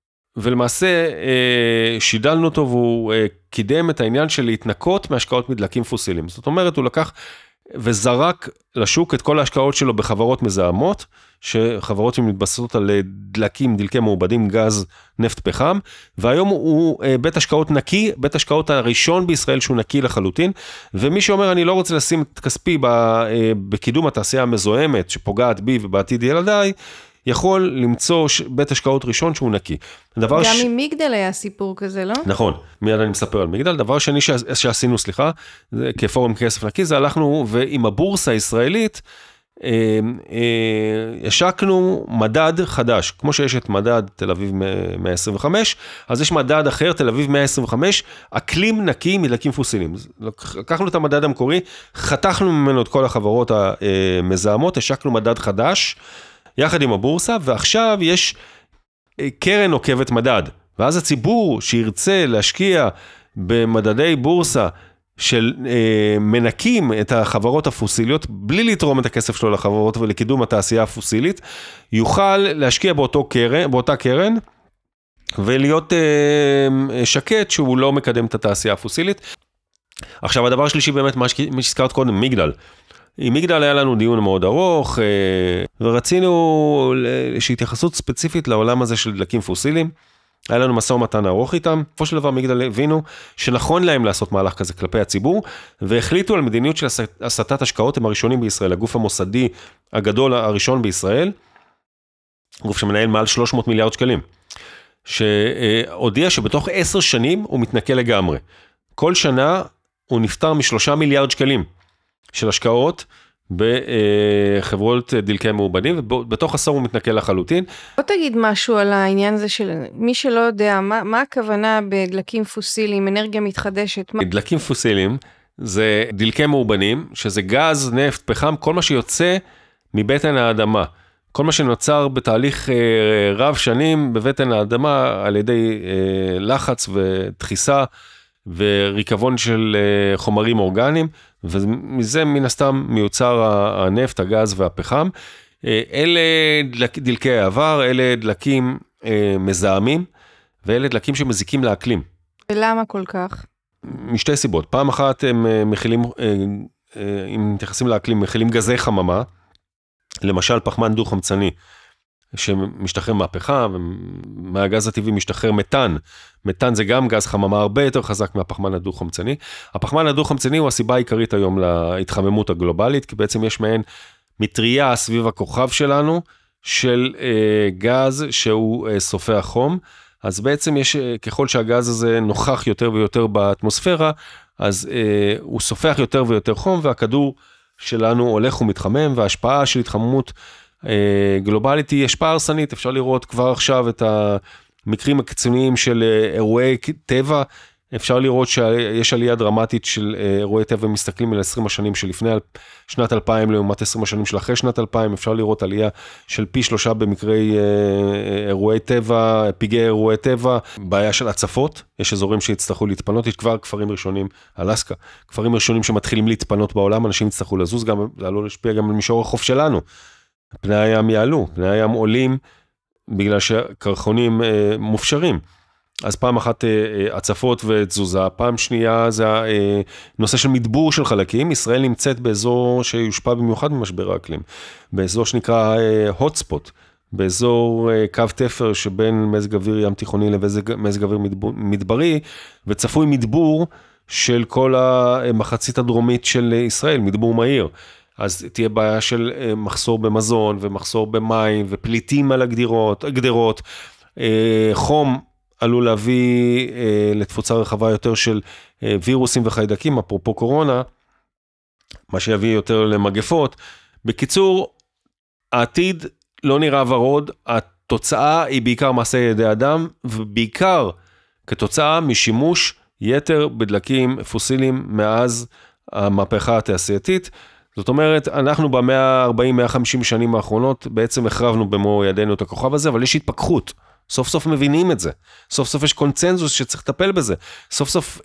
ולמעשה שידלנו אותו, והוא קידם את העניין של להתנקות מהשקעות מדלקים פוסיליים. זאת אומרת, הוא לקח וזרק לשוק את כל ההשקעות שלו בחברות מזהמות, שחברות שמתבססות על דלקים, דלקי מעובדים, גז, נפט, פחם, והיום הוא בית השקעות נקי, בית השקעות הראשון בישראל שהוא נקי לחלוטין, ומי שאומר אני לא רוצה לשים את כספי בקידום התעשייה המזוהמת, שפוגעת בי ובעתיד ילדיי, יכול למצוא בית השקעות ראשון שהוא נקי. גם עם מיגדל היה סיפור כזה, לא? נכון, מיד אני מספר על מיגדל. דבר שני שעשינו, כפורום כסף נקי, זה הלכנו ועם הבורסה הישראלית, השקנו מדד חדש, כמו שיש את מדד תל אביב 125, אז יש מדד אחר, תל אביב 125, אקלים נקי מדלקים פוסיליים. לקחנו את המדד המקורי, חתכנו ממנו את כל החברות המזהמות, השקנו מדד חדש, יחד עם הבורסה, ועכשיו יש קרן עוקבת מדד, ואז הציבור שירצה להשקיע במדדי בורסה, של מנקים את החברות הפוסיליות, בלי לתרום את הכסף שלו לחברות ולקידום התעשייה הפוסילית, יוכל להשקיע באותה קרן, ולהיות שקט שהוא לא מקדם את התעשייה הפוסילית. עכשיו, הדבר השלישי באמת, מה שהזכרת קודם, מיגדל. עם מיגדל היה לנו דיון מאוד ארוך, ורצינו שהתייחסות ספציפית לעולם הזה של דלקים פוסיליים, היה לנו משא ומתן ארוך איתם, בסופו של דבר מיגדל הבינו שנכון להם לעשות מהלך כזה כלפי הציבור, והחליטו על מדיניות של הסטת השקעות, הם הראשונים בישראל, הגוף המוסדי הגדול הראשון בישראל, גוף שמנהל מעל 300 מיליארד שקלים, שהודיע שבתוך 10 שנים הוא מתנקה לגמרי. כל שנה הוא נפטר מ3 מיליארד שקלים של השקעות בחברות דלקי מאובנים, ובתוך עשור הוא מתנקה לחלוטין. בוא תגיד משהו על העניין הזה של מי שלא יודע, מה הכוונה בדלקים פוסיליים, אנרגיה מתחדשת? דלקים פוסיליים זה דלקי מאובנים, שזה גז, נפט, פחם, כל מה שיוצא מבטן האדמה. כל מה שנוצר בתהליך רב שנים בבטן האדמה על ידי לחץ ודחיסה וריקבון של חומרים אורגניים, ומזה מן הסתם מיוצר הנפט, הגז והפחם. אלה דלקי העבר, אלה דלקים מזהמים, ואלה דלקים שמזיקים לאקלים. ולמה כל כך? משתי סיבות. פעם אחת הם מכילים, אם מתייחסים לאקלים, מכילים גזי חממה, למשל פחמן דו-חמצני, שמשתחרר מהפחם, ומהגז הטבעי משתחרר מתאן. מתאן זה גם גז חממה הרבה יותר חזק מהפחמן הדו-חמצני. הפחמן הדו-חמצני הוא הסיבה העיקרית היום להתחממות הגלובלית, כי בעצם יש מעין מטריה סביב הכוכב שלנו, של גז שהוא סופח חום. אז בעצם יש, ככל שהגז הזה נוכח יותר ויותר באטמוספירה, אז הוא סופח יותר ויותר חום, והכדור שלנו הולך ומתחמם, וההשפעה של התחממות גלובלית היא השפעה הרסנית. אפשר לראות כבר עכשיו את המקרים הקיצוניים של אירועי טבע, אפשר לראות שיש עלייה דרמטית של אירועי טבע, מסתכלים על 20 השנים שלפני שנת 2000 לעומת 20 השנים של אחרי שנת 2000, אפשר לראות עלייה של פי 3 במקרי אירועי טבע, פגעי אירועי טבע, בעיה של הצפות, יש אזורים שיצטרכו להתפנות, יש כבר כפרים ראשונים, אלסקה, כפרים ראשונים שמתחילים להתפנות בעולם, אנשים יצטרכו לזוז, גם לעלול להשפיע גם על מישור החוף שלנו, פני הים יעלו, פני הים עולים, בגלל שקרחונים מופשרים. אז פעם אחת הצפות ותזוזה, פעם שנייה זה נושא של מדבור של חלקים. ישראל נמצאת באזור שיושפע במיוחד ממשבר האקלים, באזור שנקרא hotspot, באזור קו תפר שבין מזג אוויר ים תיכוני למזג אוויר מדברי, וצפוי מדבור של כל המחצית הדרומית של ישראל, מדבור מהיר. אז תהיה בעיה של מחסור במזון ומחסור במים ופליטים על הגדרות, חום, עלול להביא לתפוצה רחבה יותר של וירוסים וחיידקים, אפרופו קורונה, מה שיביא יותר למגפות. בקיצור, העתיד לא נראה ורוד, התוצאה היא בעיקר מעשה ידי אדם, ובעיקר כתוצאה משימוש יתר בדלקים פוסיליים מאז המהפכה התעשייתית. זאת אומרת, אנחנו ב-140-150 שנים האחרונות בעצם החרבנו במו ידינו את הכוכב הזה, אבל יש התפכחות. סוף סוף מבינים את זה, סוף סוף יש קונצנזוס שצריך לטפל בזה, סוף סוף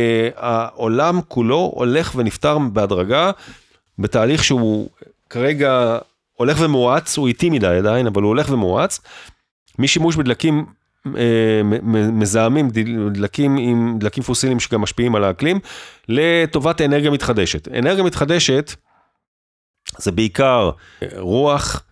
העולם כולו הולך ונפטר בהדרגה, בתהליך שהוא כרגע הולך ומואץ, הוא איטי מדי עדיין, אבל הוא הולך ומואץ, משימוש בדלקים מזהמים, דלקים פוסיליים שגם משפיעים על האקלים, לטובת האנרגיה מתחדשת. אנרגיה מתחדשת זה בעיקר רוח,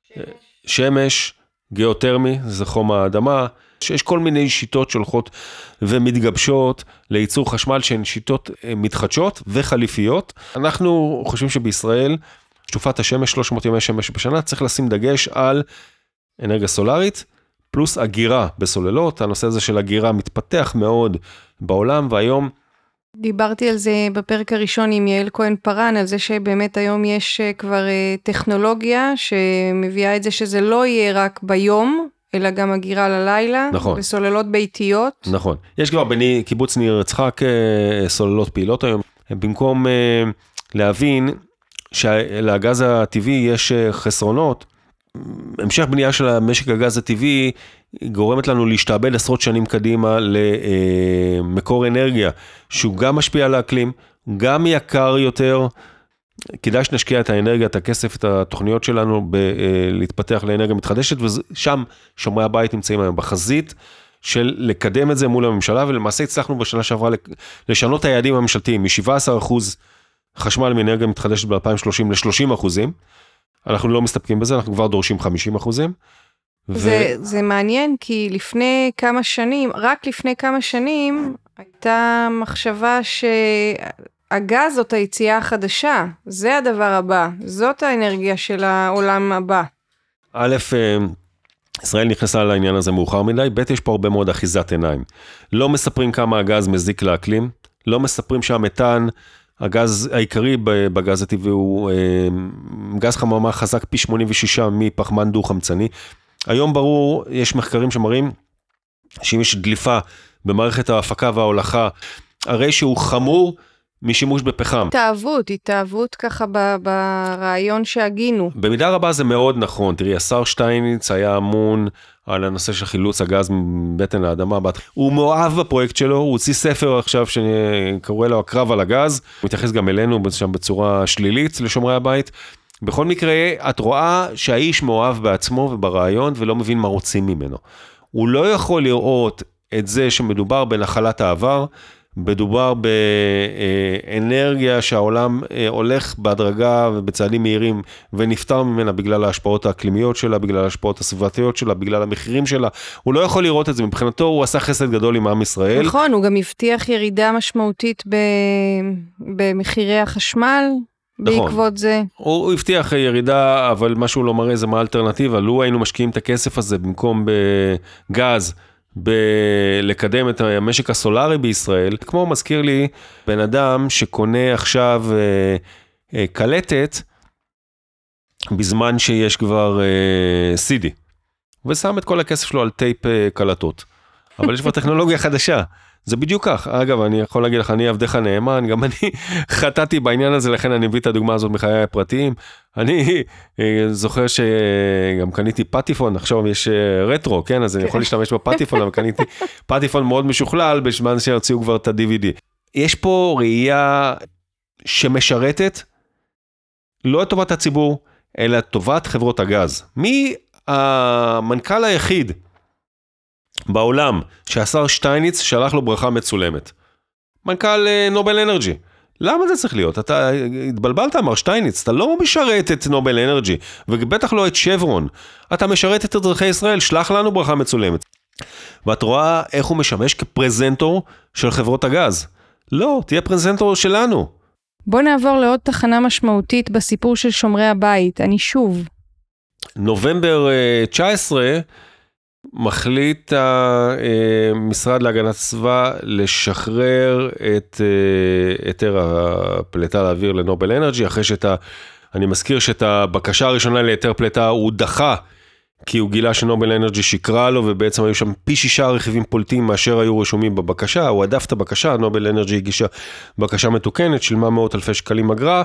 שמש, גיאותרמי, זה חום האדמה, יש כל מיני שיטות שהולכות ומתגבשות לייצור חשמל שהן שיטות מתחדשות וחליפיות. אנחנו חושבים שבישראל, שטופת השמש, 300 ימי שמש בשנה, צריך לשים דגש על אנרגיה סולרית, פלוס אגירה בסוללות. הנושא הזה של אגירה מתפתח מאוד בעולם, והיום דיברתי על זה בפרק הראשון עם יעל כהן פרן, על זה שבאמת היום יש כבר טכנולוגיה שמביאה את זה שזה לא יהיה רק ביום, אלא גם אגירה ללילה, נכון. בסוללות ביתיות. נכון. יש כבר בקיבוץ ניר יצחק סוללות פעילות היום. במקום להבין שלגז הטבעי יש חסרונות, המשך בנייה של המשק הגז הטבעי גורמת לנו להשתעבד עשרות שנים קדימה למקור אנרגיה, שהוא גם משפיע על האקלים, גם יקר יותר. כדאי שנשקיע את האנרגיה, את הכסף, את התוכניות שלנו להתפתח לאנרגיה מתחדשת, ושם שומרי הבית נמצאים היום בחזית של לקדם את זה מול הממשלה, ולמעשה הצלחנו בשנה שעברה לשנות היעדים הממשלתיים, מ-17% חשמל מאנרגיה מתחדשת ב-2030 ל-30%. אנחנו לא מסתפקים בזה, אנחנו כבר דורשים 50%. זה מעניין, כי לפני כמה שנים, רק לפני כמה שנים, הייתה מחשבה שהגז זאת היציאה החדשה, זה הדבר הבא, זאת האנרגיה של העולם הבא. א', ישראל נכנסה לעניין הזה מאוחר מדי, ב', יש פה הרבה מאוד אחיזת עיניים. לא מספרים כמה הגז מזיק לאקלים, לא מספרים שהמתאן, הגז העיקרי בגז הטבעי הוא גז חממה חזק פי 86 מפחמן דו-חמצני. היום ברור, יש מחקרים שמראים שאם יש דליפה במערכת ההפקה וההולכה, הרי שהוא חמור משימוש בפחם. התאהבות ככה ברעיון שהגינו. במידה רבה זה מאוד נכון. תראי, השר שטייניץ היה אמון על הנושא של חילוץ הגז מבטן האדמה. הוא מאוהב בפרויקט שלו, הוא הוציא ספר עכשיו שקורא לו הקרב על הגז, הוא מתייחס גם אלינו שם בצורה שלילית לשומרי הבית. בכל מקרה, את רואה שהאיש מאוהב בעצמו וברעיון ולא מבין מה רוצים ממנו. הוא לא יכול לראות את זה שמדובר בנחלת העבר, מדובר באנרגיה שהעולם הולך בהדרגה ובצעדים מהירים ונפטר ממנה בגלל ההשפעות האקלימיות שלה, בגלל ההשפעות הסביבתיות שלה, בגלל המחירים שלה. הוא לא יכול לראות את זה. מבחינתו הוא עשה חסד גדול עם עם ישראל. נכון, הוא גם הבטיח ירידה משמעותית במחירי החשמל. נכון. בעקבות זה. הוא הבטיח ירידה, אבל מה שהוא לא מראה זה מה האלטרנטיבה. לו היינו משקיעים את הכסף הזה במקום בגז, לקדם את המשק הסולרי בישראל, כמו מזכיר לי בן אדם שקונה עכשיו קלטת בזמן שיש כבר CD, ושם את כל הכסף שלו על טייפ קלטות. אבל יש כבר טכנולוגיה חדשה. זה בדיוק כך. אגב, אני יכול להגיד לך, אני עבדך נאמן, גם אני חטאתי בעניין הזה, לכן אני מביא את הדוגמה הזאת מחיי הפרטיים. אני זוכר שגם קניתי פטיפון, עכשיו יש רטרו, כן? אז אני יכול להשתמש בפטיפון, אבל קניתי פטיפון מאוד משוכלל, בזמן שהרציעו כבר את ה-DVD. יש פה ראייה שמשרתת, לא טובת הציבור, אלא טובת חברות הגז. מי המנכ"ל היחיד בעולם שהשר שטייניץ שלח לו ברכה מצולמת? מנכ"ל נובל אנרג'י. למה זה צריך להיות? אתה התבלבלת, אמר שטייניץ, אתה לא משרת את נובל אנרג'י, ובטח לא את שברון. אתה משרת את אזרחי ישראל, שלח לנו ברכה מצולמת. ואת רואה איך הוא משמש כפרזנטור של חברות הגז. לא, תהיה פרזנטור שלנו. בוא נעבור לעוד תחנה משמעותית בסיפור של שומרי הבית. אני שוב. נובמבר 19, מחליט המשרד להגנת הסביבה לשחרר את היתר הפליטה לאוויר לנובל אנרג'י, אחרי אני מזכיר שאת הבקשה הראשונה ליתר פליטה הוא דחה, כי הוא גילה שנובל אנרג'י שקרה לו, ובעצם היו שם פי 6 רכיבים פולטים מאשר היו רשומים בבקשה, הוא עדף את הבקשה, נובל אנרג'י הגישה בקשה מתוקנת, שילמה מאות אלפי שקלים אגרה,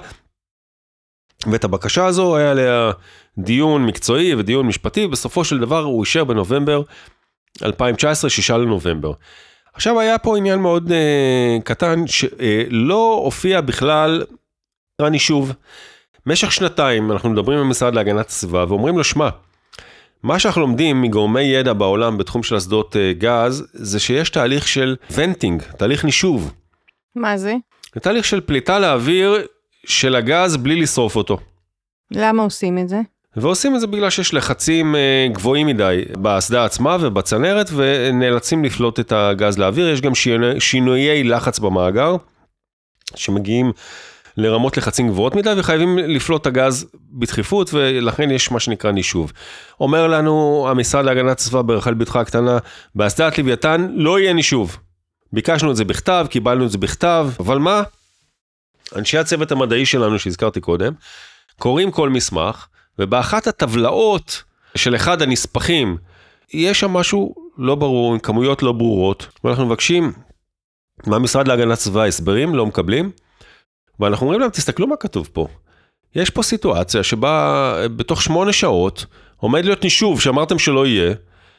ואת הבקשה הזו היה לה דיון מקצועי ודיון משפטי, ובסופו של דבר הוא אישר בנובמבר 2019, 6 לנובמבר. עכשיו היה פה עניין מאוד קטן, שלא הופיע בכלל, אני שוב, במשך שנתיים אנחנו מדברים עם המשרד להגנת הסביבה, ואומרים לו, שמה, מה שאנחנו לומדים מגורמי ידע בעולם בתחום של אסדות גז, זה שיש תהליך של ונטינג, תהליך נישוב. מה זה? זה תהליך של פליטה לאוויר של הגז בלי לשרוף אותו. למה עושים את זה? ועושים את זה בגלל שיש לחצים גבוהים מדי באסדה עצמה ובצנרת, ונאלצים לפלוט את הגז לאוויר. יש גם שינויי לחץ במאגר, שמגיעים לרמות לחצים גבוהות מדי, וחייבים לפלוט את הגז בדחיפות, ולכן יש מה שנקרא נישוב. אומר לנו המשרד להגנת הסביבה ברחל בתך הקטנה, באסדת לוויתן לא יהיה נישוב. ביקשנו את זה בכתב, קיבלנו את זה בכתב, אבל מה? אנשי הצוות המדעי שלנו שהזכרתי קודם, קוראים כל מסמך, ובאחת הטבלאות של אחד הנספחים, יש שם משהו לא ברור, עם כמויות לא ברורות, ואנחנו מבקשים מהמשרד להגנת הסביבה הסברים, לא מקבלים, ואנחנו אומרים להם, תסתכלו מה כתוב פה. יש פה סיטואציה שבה בתוך 8 שעות, עומד להיות נישוב שאמרתם שלא יהיה,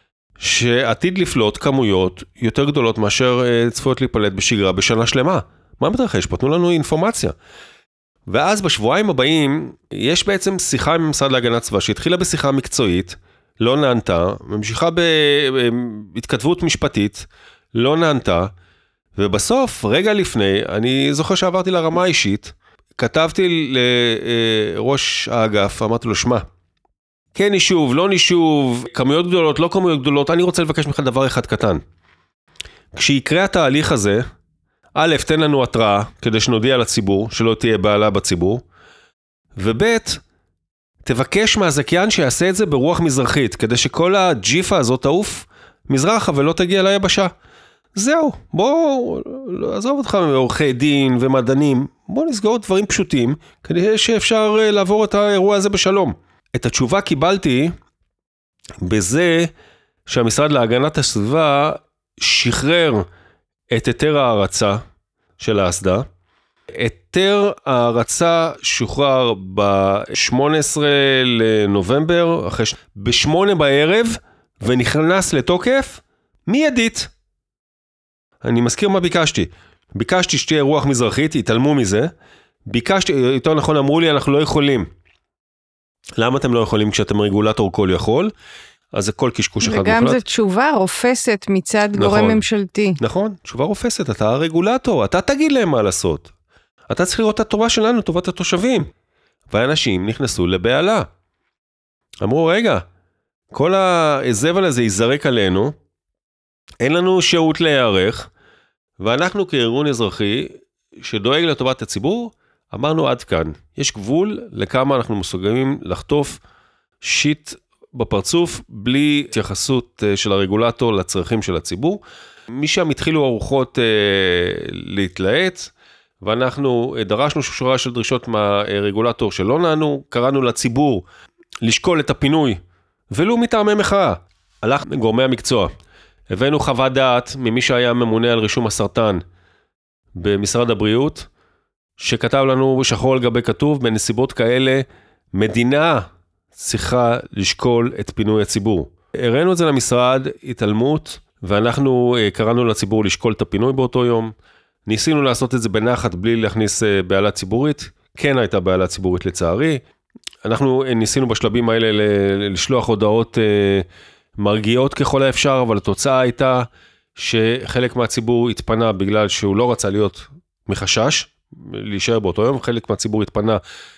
שעתיד לפלוט כמויות יותר גדולות מאשר צפויות להיפלט בשגרה בשנה שלמה. מה מתרחש פה? תנו לנו אינפורמציה. ואז בשבועיים הבאים, יש בעצם שיחה עם המשרד להגנת הסביבה, שהתחילה בשיחה מקצועית, לא נענתה, ממשיכה בהתכתבות משפטית, לא נענתה, ובסוף, רגע לפני, אני זוכר שעברתי לרמה האישית, כתבתי לראש האגף, אמרתי לו, שמה, כן נישוב, לא נישוב, כמויות גדולות, לא כמויות גדולות, אני רוצה לבקש ממך דבר אחד קטן. כשיקרה התהליך הזה, א', תן לנו התראה, כדי שנודיע לציבור, שלא תהיה בעלה בציבור, וב', תבקש מהזכיין שיעשה את זה ברוח מזרחית, כדי שכל הג'יפה הזאת תעוף מזרחה ולא תגיע ליבשה. זהו, בוא, עזוב אותך מעורכי דין ומדענים, בוא נסגור דברים פשוטים, כדי שאפשר לעבור את האירוע הזה בשלום. את התשובה קיבלתי בזה שהמשרד להגנת הסביבה שחרר את היתר ההרצה של האסדה. היתר ההרצה שוחרר ב-18 לנובמבר, ב-8 בערב, ונכנס לתוקף מיידית. אני מזכיר מה ביקשתי. ביקשתי שתהיה רוח מזרחית, התעלמו מזה. ביקשתי, יותר נכון אמרו לי, אנחנו לא יכולים. למה אתם לא יכולים כשאתם רגולטור כל יכול? אז זה כל קשקוש אחד מוחלט. וגם זו תשובה רופסת מצד גורם ממשלתי. נכון, תשובה רופסת, אתה הרגולטור, אתה תגיד להם מה לעשות. אתה צריך לראות את הטובה שלנו, טובת התושבים. והאנשים נכנסו לבעלה. אמרו, רגע, כל הזבל הזה ייזרק עלינו, אין לנו שהות להיערך, ואנחנו כארגון אזרחי שדואג לטובת הציבור, אמרנו עד כאן. יש גבול לכמה אנחנו מסוגלים לחטוף שיט בפרצוף, בלי התייחסות של הרגולטור לצרכים של הציבור. משם התחילו הרוחות להתלהט, ואנחנו דרשנו שורה של דרישות מהרגולטור שלא נענו, קראנו לציבור לשקול את הפינוי, ולו מטעמי מחאה. הלך גורמי המקצוע. הבאנו חוות דעת ממי שהיה ממונה על רישום הסרטן במשרד הבריאות, שכתב לנו שחור על גבי כתוב, בנסיבות כאלה, מדינה צריכה לשקול את פינוי הציבור. הראינו את זה למשרד, התעלמות, ואנחנו קראנו לציבור לשקול את הפינוי באותו יום. ניסינו לעשות את זה בנחת בלי להכניס בעלה ציבורית, כן הייתה בעלה ציבורית לצערי. אנחנו ניסינו בשלבים האלה לשלוח הודעות מרגיעות ככל האפשר, אבל התוצאה הייתה שחלק מהציבור התפנה בגלל שהוא לא רצה להיות מחשש, להישאר באותו יום, חלק מהציבור התפנה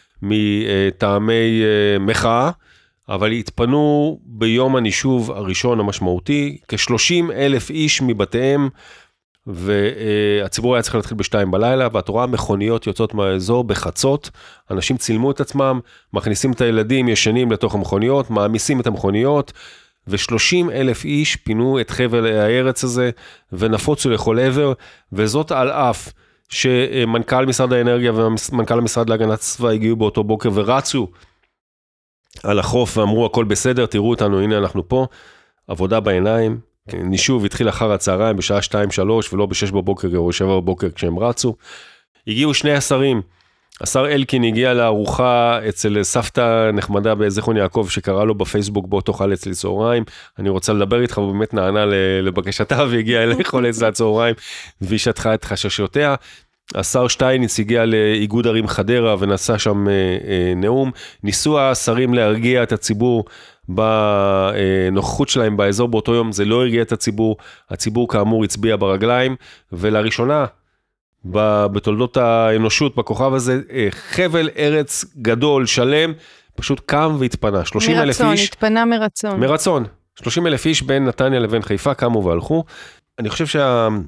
מטעמי מחאה, אבל התפנו ביום הנישוב הראשון המשמעותי, כ-30,000 איש מבתיהם, והציבור היה צריך להתחיל ב-2 בלילה, ואת רואה מכוניות יוצאות מהאזור בחצות, אנשים צילמו את עצמם, מכניסים את הילדים ישנים לתוך המכוניות, מעמיסים את המכוניות, ו-30,000 איש פינו את חבל הארץ הזה, ונפוצו לכל עבר, וזאת על אף שמנכ"ל משרד האנרגיה ומנכ"ל המשרד להגנת הסביבה הגיעו באותו בוקר ורצו על החוף ואמרו הכל בסדר, תראו אותנו, הנה אנחנו פה, עבודה בעיניים, נישוב התחיל אחר הצהריים בשעה 2-3 ולא ב-6 בבוקר או 7 בבוקר כשהם רצו. הגיעו 2 השרים, השר אלקין הגיע לארוחה אצל סבתא נחמדה בזיכרון יעקב שקרא לו בפייסבוק בוא תאכל אצלי צהריים, אני רוצה לדבר איתך ובאמת נענה לבקשתה והגיע לאכול אצלה הצהריים והיא שטחה את חששותיה. השר שטייניץ הגיע לאיגוד ערים חדרה ונשא שם נאום, ניסו השרים להרגיע את הציבור בנוכחות שלהם באזור באותו יום, זה לא הרגיע את הציבור, הציבור כאמור הצביע ברגליים, ולראשונה בתולדות האנושות בכוכב הזה, חבל ארץ גדול, שלם, פשוט קם והתפנה, 30,000 איש. מרצון, התפנה מרצון. מרצון, 30,000 איש בין נתניה לבין חיפה, קמו והלכו. אני חושב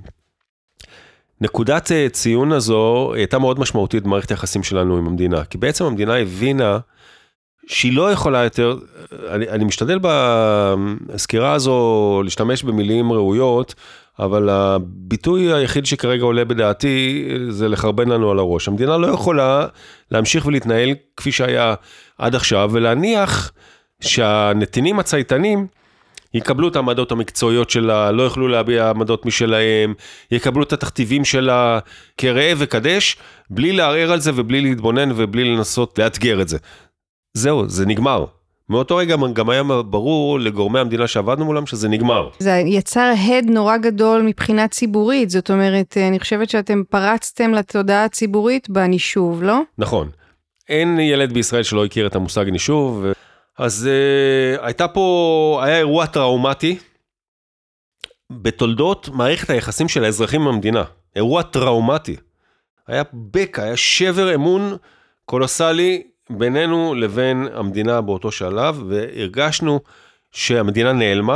נקודת ציון הזו הייתה מאוד משמעותית במערכת היחסים שלנו עם המדינה, כי בעצם המדינה הבינה שהיא לא יכולה יותר, אני משתדל בסקירה הזו להשתמש במילים ראויות, אבל הביטוי היחיד שכרגע עולה בדעתי זה לחרבן לנו על הראש. המדינה לא יכולה להמשיך ולהתנהל כפי שהיה עד עכשיו, ולהניח שהנתינים הצייתנים יקבלו את העמדות המקצועיות שלה, לא יוכלו להביע עמדות משלהם, יקבלו את התכתיבים שלה כראה וקדש, בלי לערער על זה ובלי להתבונן ובלי לנסות לאתגר את זה. זהו, זה נגמר. מאותו רגע גם היה ברור לגורמי המדינה שעבדנו מולם שזה נגמר. זה יצר הד נורא גדול מבחינה ציבורית, זאת אומרת, אני חושבת שאתם פרצתם לתודעה הציבורית בנישוב, לא? נכון. אין ילד בישראל שלא הכיר את המושג נישוב, אז היה אירוע טראומטי בתולדות מערכת היחסים של האזרחים במדינה. אירוע טראומטי. היה שבר אמון קולוסלי בינינו לבין המדינה באותו שלב, והרגשנו שהמדינה נעלמה,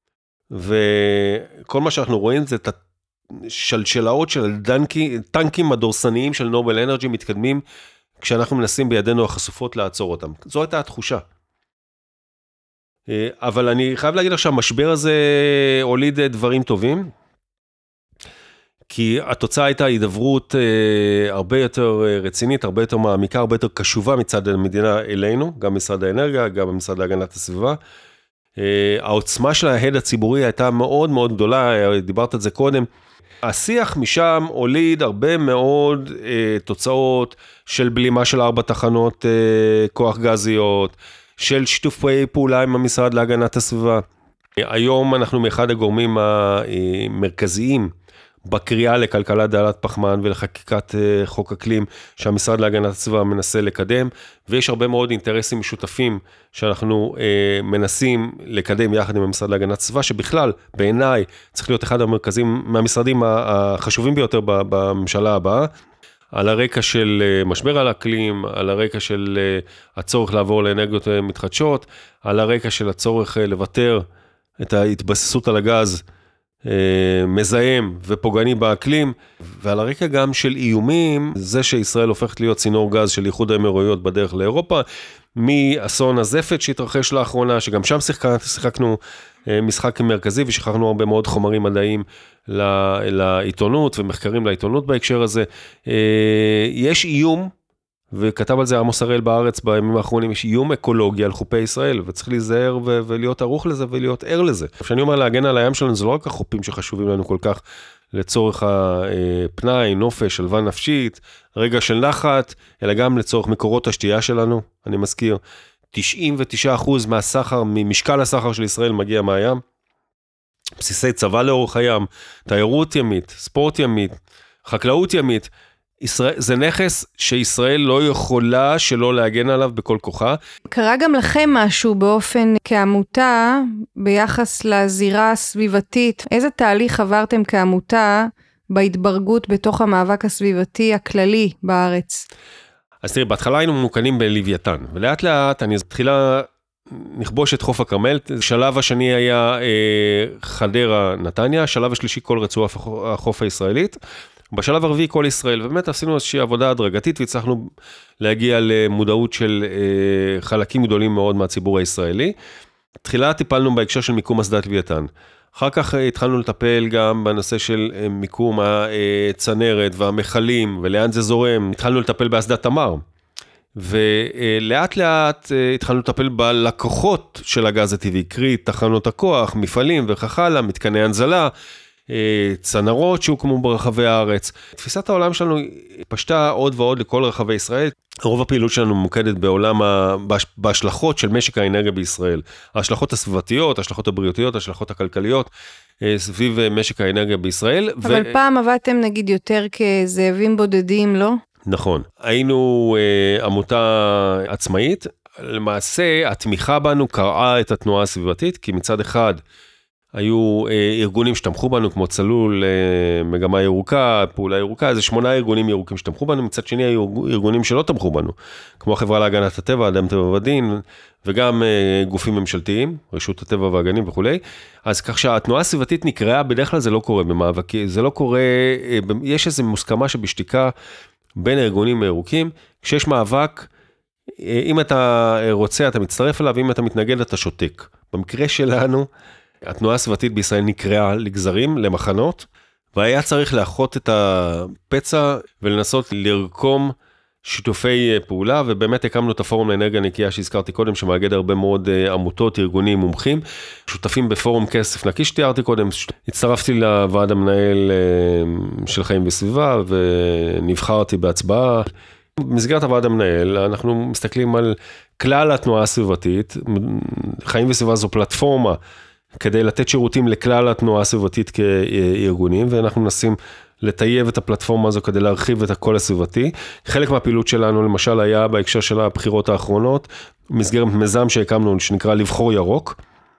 וכל מה שאנחנו רואים זה את השלשלאות של טנקים הדורסניים של נובל אנרג'י מתקדמים, כשאנחנו מנסים בידינו החשופות לעצור אותם. זו הייתה התחושה. אבל אני חייב להגיד לך שהמשבר הזה הוליד דברים טובים. כי התוצאה הייתה הידברות הרבה יותר רצינית, הרבה יותר מעמיקה, הרבה יותר קשובה מצד המדינה אלינו, גם משרד האנרגיה, גם המשרד להגנת הסביבה. העוצמה של ההד הציבורי הייתה מאוד מאוד גדולה, דיברת את זה קודם. השיח משם הוליד הרבה מאוד תוצאות של בלימה של 4 תחנות כוח גזיות, של שיתופי פעולה עם המשרד להגנת הסביבה. היום אנחנו מאחד הגורמים המרכזיים בקריאה לכלכלה דלת פחמן ולחקיקת חוק אקלים שהמשרד להגנת הסביבה מנסה לקדם, ויש הרבה מאוד אינטרסים משותפים שאנחנו מנסים לקדם יחד עם המשרד להגנת הסביבה, שבכלל בעיניי צריך להיות אחד המרכזים מהמשרדים החשובים ביותר בממשלה הבאה, על הרקע של משבר על האקלים, על הרקע של הצורך לעבור לאנרגיות מתחדשות, על הרקע של הצורך לוותר את ההתבססות על הגז מזהם ופוגעני באקלים, ועל הרקע גם של איומים, זה שישראל הופכת להיות צינור גז של איחוד האמירויות בדרך לאירופה, מאסון הזפת שהתרחש לאחרונה, שגם שם שיחקנו משחק מרכזי, ושכחנו הרבה מאוד חומרים מדעיים לעיתונות, ומחקרים לעיתונות בהקשר הזה. יש איום, וכתב על זה עמוס הראל בארץ בימים האחרונים, יש איום אקולוגי על חופי ישראל, וצריך להיזהר ולהיות ערוך לזה ולהיות ער לזה. כשאני אומר להגן על הים שלנו, זה לא רק החופים שחשובים לנו כל כך, לצורך הפנאי, נופש, שלווה נפשית, רגע של נחת, אלא גם לצורך מקורות השתייה שלנו. אני מזכיר, 99% מהסחר, ממשקל הסחר של ישראל מגיע מהים, בסיסי צבא לאורך הים, תיירות ימית, ספורט ימית, חקלאות ימית, זה נכס שישראל לא יכולה שלא להגן עליו בכל כוחה. קרה גם לכם משהו באופן כעמותה ביחס לזירה הסביבתית. איזה תהליך עברתם כעמותה בהתברגות בתוך המאבק הסביבתי הכללי בארץ? אז תראי, בהתחלה היינו ממוקנים בלוויתן, ולאט לאט אני תחילה נכבוש את חוף הכרמל. השלב השני היה חדרה נתניה, השלב השלישי כל רצועת החוף הישראלית, בשלב הרביעי כל ישראל, ובאמת עשינו איזושהי עבודה הדרגתית, והצלחנו להגיע למודעות של חלקים גדולים מאוד מהציבור הישראלי. תחילה טיפלנו בהקשר של מיקום אסדת לוויתן. אחר כך התחלנו לטפל גם בנושא של מיקום הצנרת והמחלים, ולאן זה זורם. התחלנו לטפל באסדת תמר. ולאט לאט התחלנו לטפל בלקוחות של הגז הטבעי, קרי תחנות הכוח, מפעלים וכך הלאה, מתקני הנזלה, צנרות שהוקמו ברחבי הארץ. תפיסת העולם שלנו פשטה עוד ועוד לכל רחבי ישראל. רוב הפעילות שלנו ממוקדת בעולם, בהשלכות של משק האנרגיה בישראל. ההשלכות הסביבתיות, ההשלכות הבריאותיות, ההשלכות הכלכליות, סביב משק האנרגיה בישראל. אבל פעם עבדתם נגיד יותר כזאבים בודדים, לא? נכון. היינו עמותה עצמאית. למעשה, התמיכה בנו קראה את התנועה הסביבתית, כי מצד אחד, היו ארגונים שתמכו בנו, כמו צלול, מגמה ירוקה, פעולה ירוקה, איזה 8 ארגונים ירוקים שתמכו בנו, מצד שני היו ארגונים שלא תמכו בנו, כמו החברה להגנת הטבע, אדם טבע ודין, וגם גופים ממשלתיים, רשות הטבע והגנים וכו'. אז כך שהתנועה הסביבתית נקראה, בדרך כלל זה לא קורה במאבק, זה לא קורה, יש איזו מוסכמה שבשתיקה בין הארגונים הירוקים, כשיש מאבק, אם אתה רוצה, אתה מצטרף אליו, אם אתה מתנגד, אתה שותק. במקרה שלנו, התנועה הסביבתית בישראל נקראה לגזרים, למחנות, והיה צריך לאחות את הפצע ולנסות לרקום שיתופי פעולה, ובאמת הקמנו את הפורום לאנרגיה נקייה שהזכרתי קודם, שמאגד הרבה מאוד עמותות, ארגונים, מומחים, שותפים בפורום כסף נקי שתיארתי קודם, הצטרפתי לוועד המנהל של חיים וסביבה, ונבחרתי בהצבעה. במסגרת הוועד המנהל, אנחנו מסתכלים על כלל התנועה הסביבתית, חיים וסביבה זו פלטפורמה, כדי לתת שירותים לכלל התנועה הסביבתית כארגונים, ואנחנו מנסים לטייב את הפלטפורמה הזו כדי להרחיב את הקול הסביבתי. חלק מהפעילות שלנו למשל היה בהקשר של הבחירות האחרונות, מסגרת מיזם שהקמנו שנקרא לבחור ירוק,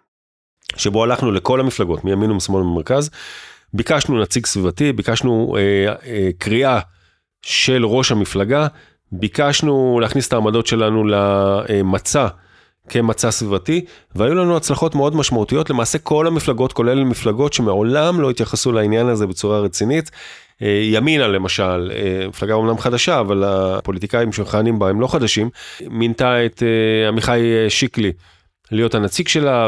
שבו הלכנו לכל המפלגות, מימין ומשמאל ומרכז, ביקשנו נציג סביבתי, ביקשנו קריאה של ראש המפלגה, ביקשנו להכניס את העמדות שלנו למצע, כמצע סביבתי, והיו לנו הצלחות מאוד משמעותיות, למעשה כל המפלגות, כולל מפלגות שמעולם לא התייחסו לעניין הזה בצורה רצינית, ימינה למשל, מפלגה אומנם חדשה, אבל הפוליטיקאים שמכהנים בה הם לא חדשים, מינתה את עמיחי שיקלי להיות הנציג שלה,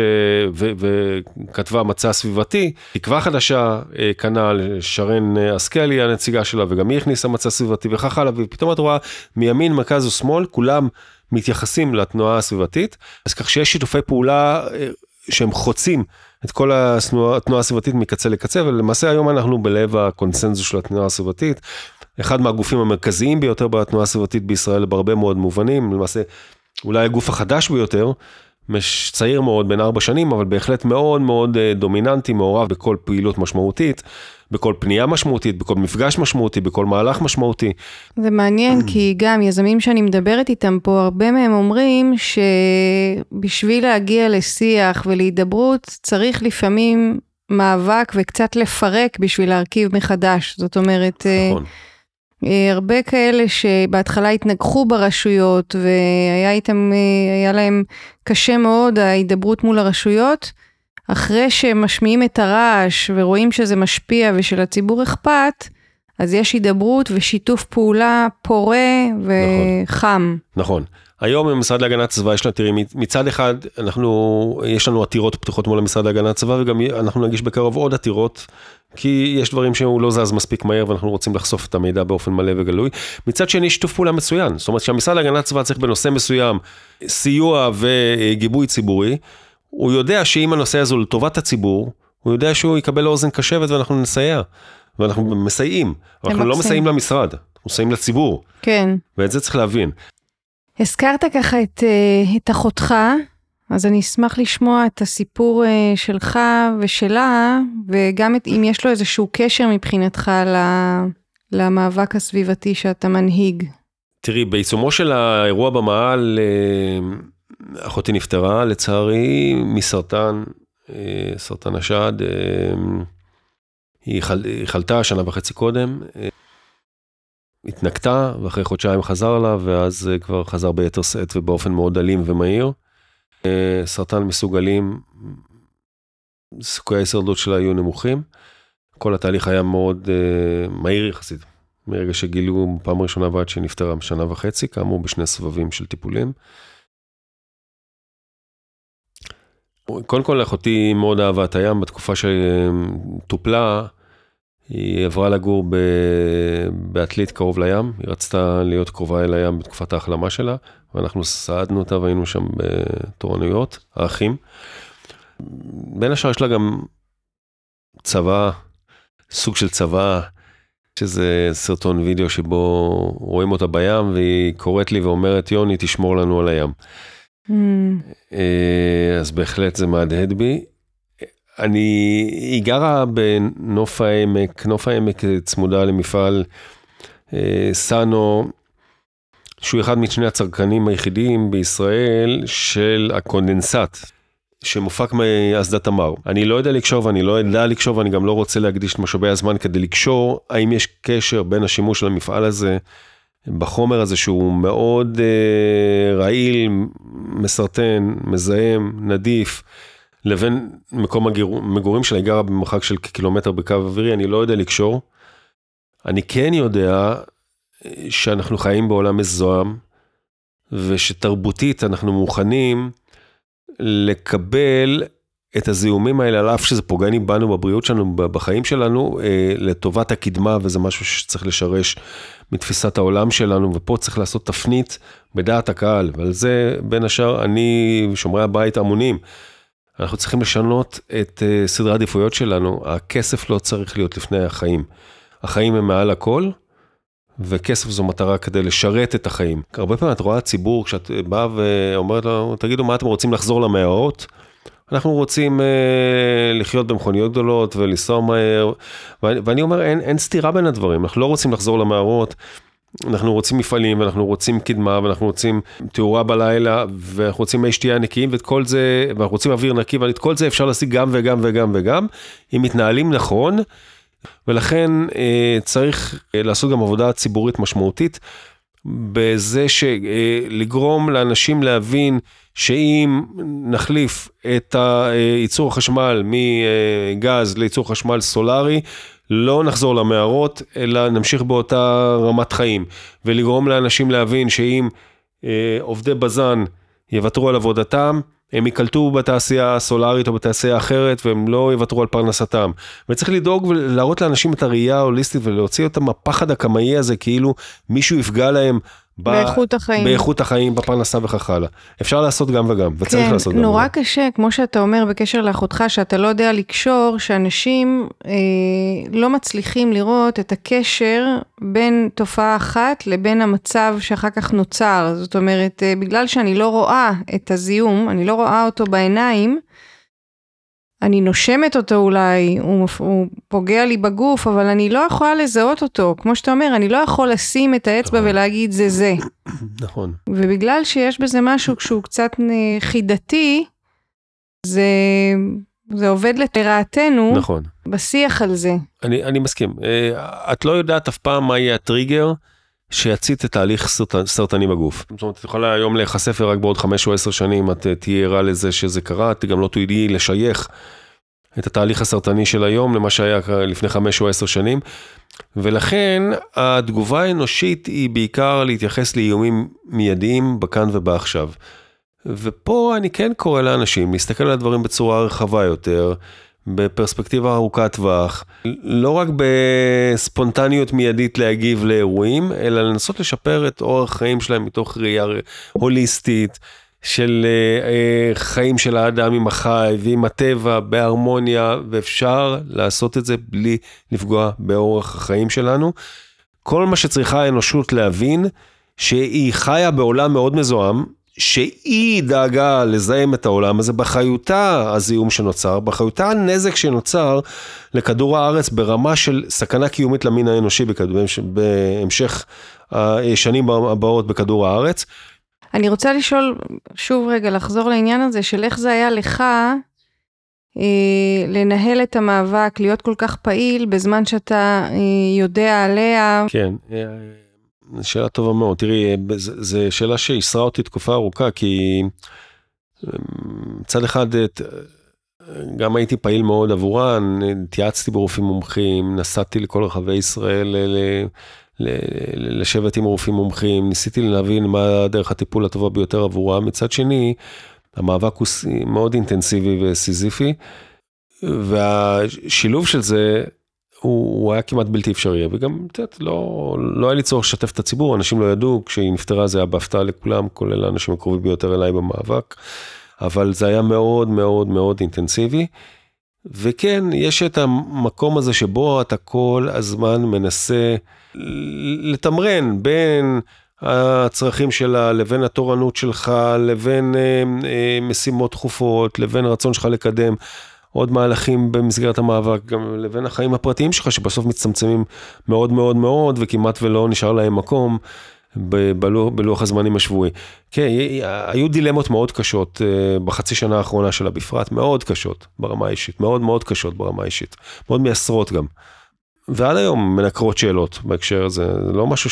וכתבה מצע סביבתי, תקווה חדשה, כנ"ל שרן השכל, הנציגה שלה, וגם היא הכניסה מצע סביבתי, וכך הלאה, ופתאום את רואה מימין, מרכז ושמאל, כולם מתייחסים לתנועה הסביבתית, אז כך שיש שיתופי פעולה שהם חוצים את כל התנועה הסביבתית מקצה לקצה, ולמעשה היום אנחנו בלב הקונסנזוס של התנועה הסביבתית, אחד מהגופים המרכזיים ביותר בתנועה הסביבתית בישראל, בהרבה מאוד מובנים, למעשה אולי הגוף החדש ביותר, צעיר מאוד בין 4 שנים, אבל בהחלט מאוד מאוד דומיננטי, מעורב בכל פעילות משמעותית, בכל פנייה משמעותית, בכל מפגש משמעותי, בכל מהלך משמעותי. זה מעניין, כי גם יזמים שאני מדברת איתם פה, הרבה מהם אומרים שבשביל להגיע לשיח ולהידברות, צריך לפעמים מאבק וקצת לפרק בשביל להרכיב מחדש. זאת אומרת, נכון. הרבה כאלה שבהתחלה התנגחו ברשויות, והיה להם קשה מאוד ההידברות מול הרשויות, אחרי שהם משמיעים את הרעש ורואים שזה משפיע ושלציבור אכפת, אז יש הידברות ושיתוף פעולה פורה וחם. נכון. היום במשרד להגנת הסביבה יש לנו, תראי, מצד אחד יש לנו עתירות פתוחות מול המשרד להגנת הסביבה, וגם אנחנו נגיש בקרוב עוד עתירות, כי יש דברים שהוא לא זז מספיק מהר, ואנחנו רוצים לחשוף את המידע באופן מלא וגלוי. מצד שני, שיתוף פעולה מצוין. זאת אומרת שהמשרד להגנת הסביבה צריך בנושא מסוים, סיוע וגיבוי ציבורי, הוא יודע שאם הנושא הזה הוא לטובת הציבור, הוא יודע שהוא יקבל אוזן קשבת ואנחנו נסייע. ואנחנו מסייעים. אנחנו לא מסייעים למשרד, אנחנו מסייעים לציבור. כן. ואת זה צריך להבין. הזכרת ככה את אחותך, אז אני אשמח לשמוע את הסיפור שלך ושלה, וגם אם יש לו איזשהו קשר מבחינתך למאבק הסביבתי שאתה מנהיג. תראי, בעיצומו של האירוע במעל, אחותי נפטרה, לצערי, מסרטן, סרטן השד, היא חלתה 1.5 שנה קודם, התנקתה, ואחרי חודשיים חזר לה, ואז כבר חזר ביתר שאת ובאופן מאוד אלים ומהיר. סרטן מסוג אלים, סיכויי ההישרדות שלה היו נמוכים, כל התהליך היה מאוד מהיר יחסית, מרגע שגילו פעם ראשונה ועד שנפטרה 1.5 שנה, כאמור בשני סבבים של טיפולים. קודם כל, אחותי מאוד אהבה את הים, בתקופה שטופלה, היא עברה לגור בעתלית קרוב לים, היא רצתה להיות קרובה אל הים בתקופת ההחלמה שלה, ואנחנו סעדנו אותה והיינו שם בתורנויות, האחים. בין השאר יש לה גם צבא, סוג של צבא, שזה סרטון וידאו שבו רואים אותה בים, והיא קוראת לי ואומרת, יוני, תשמור לנו על הים. אז בהחלט זה מהדהד בי. היא גרה בנוף העמק, נוף העמק צמודה למפעל סאנו, שהוא אחד משני הצרכנים היחידים בישראל של הקונדנסט, שמופק מאסדת תמר. אני לא יודע לקשור ואני לא יודע לקשור, ואני גם לא רוצה להקדיש את משאבי הזמן כדי לקשור, האם יש קשר בין השימוש של המפעל הזה, בחומר הזה שהוא מאוד רעיל, מסרטן, מזהם, נדיף, לבין מקום המגורים שלה, היא גרה במרחק של קילומטר בקו אווירי, אני לא יודע לקשור. אני כן יודע שאנחנו חיים בעולם מזוהם, ושתרבותית אנחנו מוכנים לקבל את הזיהומים האלה, על אף שזה פוגעני בנו, בבריאות שלנו, בחיים שלנו, לטובת הקדמה, וזה משהו שצריך לשרש מתפיסת העולם שלנו, ופה צריך לעשות תפנית בדעת הקהל, ועל זה בין השאר אני ושומרי הבית אמונים, אנחנו צריכים לשנות את סדרי העדיפויות שלנו, הכסף לא צריך להיות לפני החיים, החיים הם מעל הכל, וכסף זו מטרה כדי לשרת את החיים. הרבה פעמים את רואה ציבור, כשאת באה ואומרת לו, תגידו מה אתם רוצים לחזור למאהרות? אנחנו רוצים לחיות במכוניות גדולות ולנסוע מהר, ואני אומר, אין סתירה בין הדברים, אנחנו לא רוצים לחזור למאהרות, אנחנו רוצים מפעלים, ואנחנו רוצים קדמה, ואנחנו רוצים תאורה בלילה, ואנחנו רוצים מי שתייה נקיים, ואת כל זה, ואנחנו רוצים אוויר נקי, ואת כל זה אפשר להשיג גם וגם וגם וגם, אם מתנהלים נכון, ולכן צריך לעשות גם עבודה ציבורית משמעותית, בזה שלגרום לאנשים להבין שאם נחליף את ייצור החשמל מגז לייצור חשמל סולרי, לא נחזור למערות, אלא נמשיך באותה רמת חיים, ולגרום לאנשים להבין שאם עובדי בזן יוותרו על עבודתם, הם יקלטו בתעשייה הסולארית או בתעשייה אחרת, והם לא יוותרו על פרנסתם. וצריך לדאוג ולהראות לאנשים את הראייה ההוליסטית, ולהוציא אותם הפחד הקמאי הזה, כאילו מישהו יפגע להם באיכות החיים, בפרנסה וכך הלאה. אפשר לעשות גם וגם, וצריך לעשות גם וגם. נורא קשה, כמו שאתה אומר בקשר לאחותך, שאתה לא יודע לקשור, שאנשים לא מצליחים לראות את הקשר בין תופעה אחת לבין המצב שאחר כך נוצר. זאת אומרת, בגלל שאני לא רואה את הזיהום, אני לא רואה אותו בעיניים, אני נושמת אותו אולי, הוא פוגע לי בגוף, אבל אני לא יכולה לזהות אותו. כמו שאתה אומר, אני לא יכול לשים את האצבע ולהגיד זה. נכון. ובגלל שיש בזה משהו שהוא קצת חידתי, זה עובד לרעתנו. נכון. בשיח על זה. אני מסכים. את לא יודעת אף פעם מה יהיה הטריגר שיצית את תהליך סרטני בגוף. זאת אומרת, את יכולה היום להיחשף ורק בעוד 5 או 10 שנים את תהיה ערה לזה שזה קרה, את גם לא תדעי לשייך את התהליך הסרטני של היום למה שהיה לפני 5 או 10 שנים, ולכן התגובה האנושית היא בעיקר להתייחס לאיומים מיידיים בכאן ובעכשיו. ופה אני כן קורא לאנשים להסתכל על הדברים בצורה רחבה יותר, בפרספקטיבה ארוכת טווח, לא רק בספונטניות מיידית להגיב לאירועים, אלא לנסות לשפר את אורח חיים שלהם מתוך ראייה הוליסטית, של חיים של האדם עם החי ועם הטבע, בהרמוניה, ואפשר לעשות את זה בלי לפגוע באורח החיים שלנו. כל מה שצריכה האנושות להבין, שהיא חיה בעולם מאוד מזוהם, שהיא דאגה לזהם את העולם הזה, באחריותה הזיהום שנוצר, באחריותה הנזק שנוצר לכדור הארץ ברמה של סכנה קיומית למין האנושי בהמשך השנים הבאות בכדור הארץ. אני רוצה לשאול שוב רגע, לחזור לעניין הזה של איך זה היה לך לנהל את המאבק, להיות כל כך פעיל בזמן שאתה יודע עליה. כן, שאלה טובה מאוד. תראי, זו שאלה שהסרה אותי תקופה ארוכה, כי מצד אחד גם הייתי פעיל מאוד עבורן, התייעצתי ברופאים מומחים, נסעתי לכל רחבי ישראל לשבת עם רופאים מומחים, ניסיתי להבין מה דרך הטיפול הטובה ביותר עבורם. מצד שני, המאבק הוא מאוד אינטנסיבי וסיזיפי, והשילוב של זה הוא היה כמעט בלתי אפשרי, וגם לא היה לי צורך לשתף את הציבור, אנשים לא ידעו, כשהיא נפטרה זה היה בהפתעה לכולם, כולל האנשים הקרובים ביותר אליי במאבק, אבל זה היה מאוד מאוד מאוד אינטנסיבי, וכן, יש את המקום הזה שבו אתה כל הזמן מנסה לתמרן בין הצרכים שלה, לבין התורנות שלך, לבין משימות דחופות, לבין רצון שלך לקדם עוד מהלכים במסגרת המאבק, גם לבין החיים הפרטיים שלך, שבסוף מצטמצמים מאוד מאוד מאוד, וכמעט ולא נשאר להם מקום בלוח הזמנים השבועי. כן, היו דילמות מאוד קשות בחצי שנה האחרונה שלה, בפרט מאוד קשות ברמה האישית, מאוד מאוד קשות ברמה האישית, מאוד מייסרות גם. ועד היום מנקרות שאלות בהקשר הזה, זה לא משהו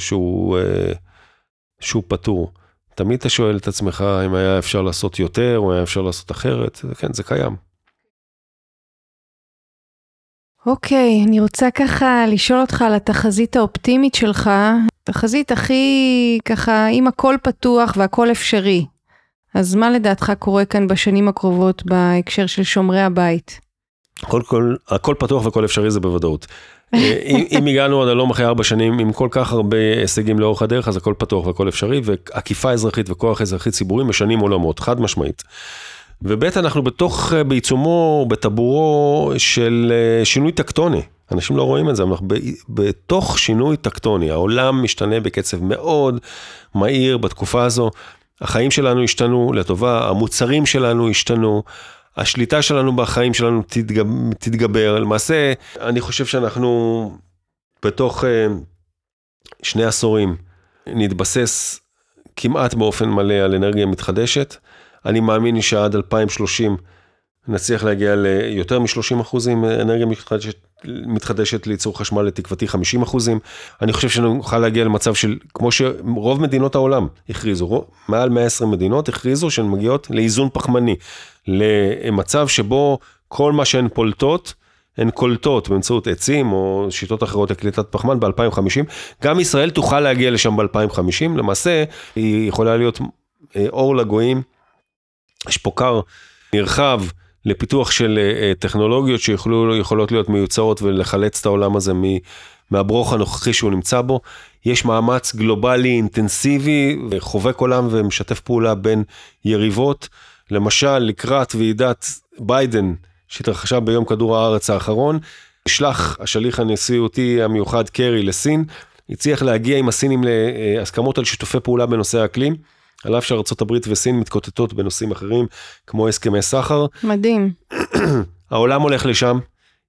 שהוא פתור. תמיד אתה שואל את עצמך אם היה אפשר לעשות יותר, או היה אפשר לעשות אחרת, כן, זה קיים. אוקיי, אני רוצה ככה לשאול אותך על התחזית האופטימית שלך, תחזית הכי ככה, אם הכל פתוח והכל אפשרי, אז מה לדעתך קורה כאן בשנים הקרובות בהקשר של שומרי הבית? הכל פתוח והכל אפשרי זה בוודאות. אם הגענו עד הלום אחרי 4 שנים, עם כל כך הרבה הישגים לאורך הדרך, אז הכל פתוח והכל אפשרי, ועקיפה אזרחית וכוח אזרחי ציבורי משנים עולמות, חד משמעית. ובית אנחנו בעיצומו, בטבורו של שינוי טקטוני. אנשים לא רואים את זה, אנחנו בתוך שינוי טקטוני. העולם משתנה בקצב מאוד מהיר בתקופה הזו. החיים שלנו השתנו לטובה, המוצרים שלנו השתנו, השליטה שלנו בחיים שלנו תתגבר. למעשה, אני חושב שאנחנו בתוך 2 עשורים נתבסס כמעט באופן מלא על אנרגיה מתחדשת. אני מאמין שעד 2030 נצליח להגיע ליותר מ-30% אנרגיה מתחדשת לייצור חשמל, לתקוותי 50%. אני חושב שנוכל להגיע למצב של, כמו שרוב מדינות העולם הכריזו, מעל 120 מדינות הכריזו שהן מגיעות לאיזון פחמני, למצב שבו כל מה שהן פולטות, הן קולטות באמצעות עצים או שיטות אחרות לקליטת פחמן ב-2050. גם ישראל תוכל להגיע לשם ב-2050, למעשה היא יכולה להיות אור לגויים, יש פה כר נרחב לפיתוח של טכנולוגיות שיכולות להיות מיוצרות ולחלץ את העולם הזה מהברוך הנוכחי שהוא נמצא בו. יש מאמץ גלובלי אינטנסיבי וחובק עולם ומשתף פעולה בין יריבות. למשל, לקראת ועידת ביידן שהתרחשה ביום כדור הארץ האחרון, נשלח השליח הנשיאותי המיוחד קרי לסין, הצליח להגיע עם הסינים להסכמות על שיתופי פעולה בנושא האקלים, על אף שארצות הברית וסין מתקוטטות בנושאים אחרים, כמו הסכמי סחר. מדהים. העולם הולך לשם,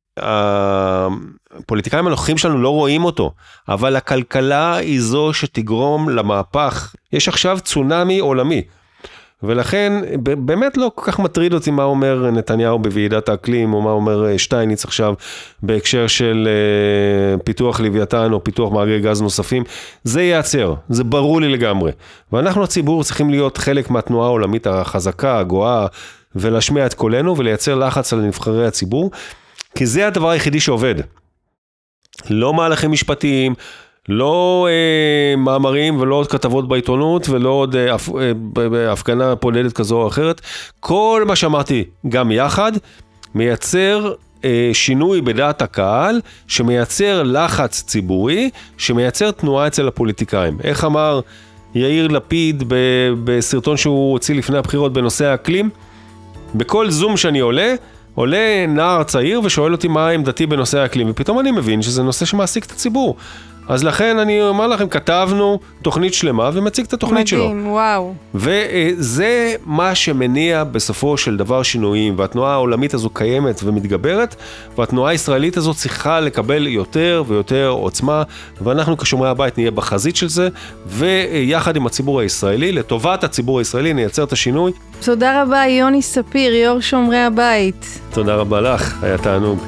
הפוליטיקאים הנוכחים שלנו לא רואים אותו, אבל הכלכלה היא זו שתגרום למהפך. יש עכשיו צונאמי עולמי, ולכן באמת לא כל כך מטריד אותי מה אומר נתניהו בוועידת האקלים, או מה אומר שטייניץ עכשיו בהקשר של פיתוח לוויתן או פיתוח מאגרי גז נוספים. זה ייעצר, זה ברור לי לגמרי. ואנחנו הציבור צריכים להיות חלק מהתנועה העולמית החזקה, הגואה, ולהשמיע את קולנו ולייצר לחץ על נבחרי הציבור, כי זה הדבר היחידי שעובד. לא מהלכים משפטיים, לא מאמרים ולא עוד כתבות בעיתונות ולא עוד הפגנה פולדת כזו או אחרת. כל מה שאמרתי גם יחד מייצר שינוי בדעת הקהל, שמייצר לחץ ציבורי, שמייצר תנועה אצל הפוליטיקאים. איך אמר יאיר לפיד בסרטון שהוא הוציא לפני הבחירות בנושא האקלים? בכל זום שאני עולה נער צעיר ושואל אותי מה עמדתי בנושא האקלים, ופתאום אני מבין שזה נושא שמעסיק את הציבור. אז לכן אני אומר לכם, כתבנו תוכנית שלמה ומציג את התוכנית שלו. מדהים, וואו. וזה מה שמניע בסופו של דבר שינויים, והתנועה העולמית הזו קיימת ומתגברת, והתנועה הישראלית הזו צריכה לקבל יותר ויותר עוצמה, ואנחנו כשומרי הבית נהיה בחזית של זה, ויחד עם הציבור הישראלי, לטובת הציבור הישראלי, נייצר את השינוי. תודה רבה, יוני ספיר, יו"ר שומרי הבית. תודה רבה לך, היה תענוג.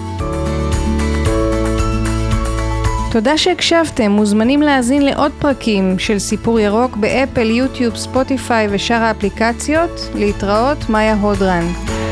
תודה שהקשבתם, מוזמנים להאזין לעוד פרקים של סיפור ירוק באפל, יוטיוב, ספוטיפיי ושאר האפליקציות. להתראות, מאיה הודרן.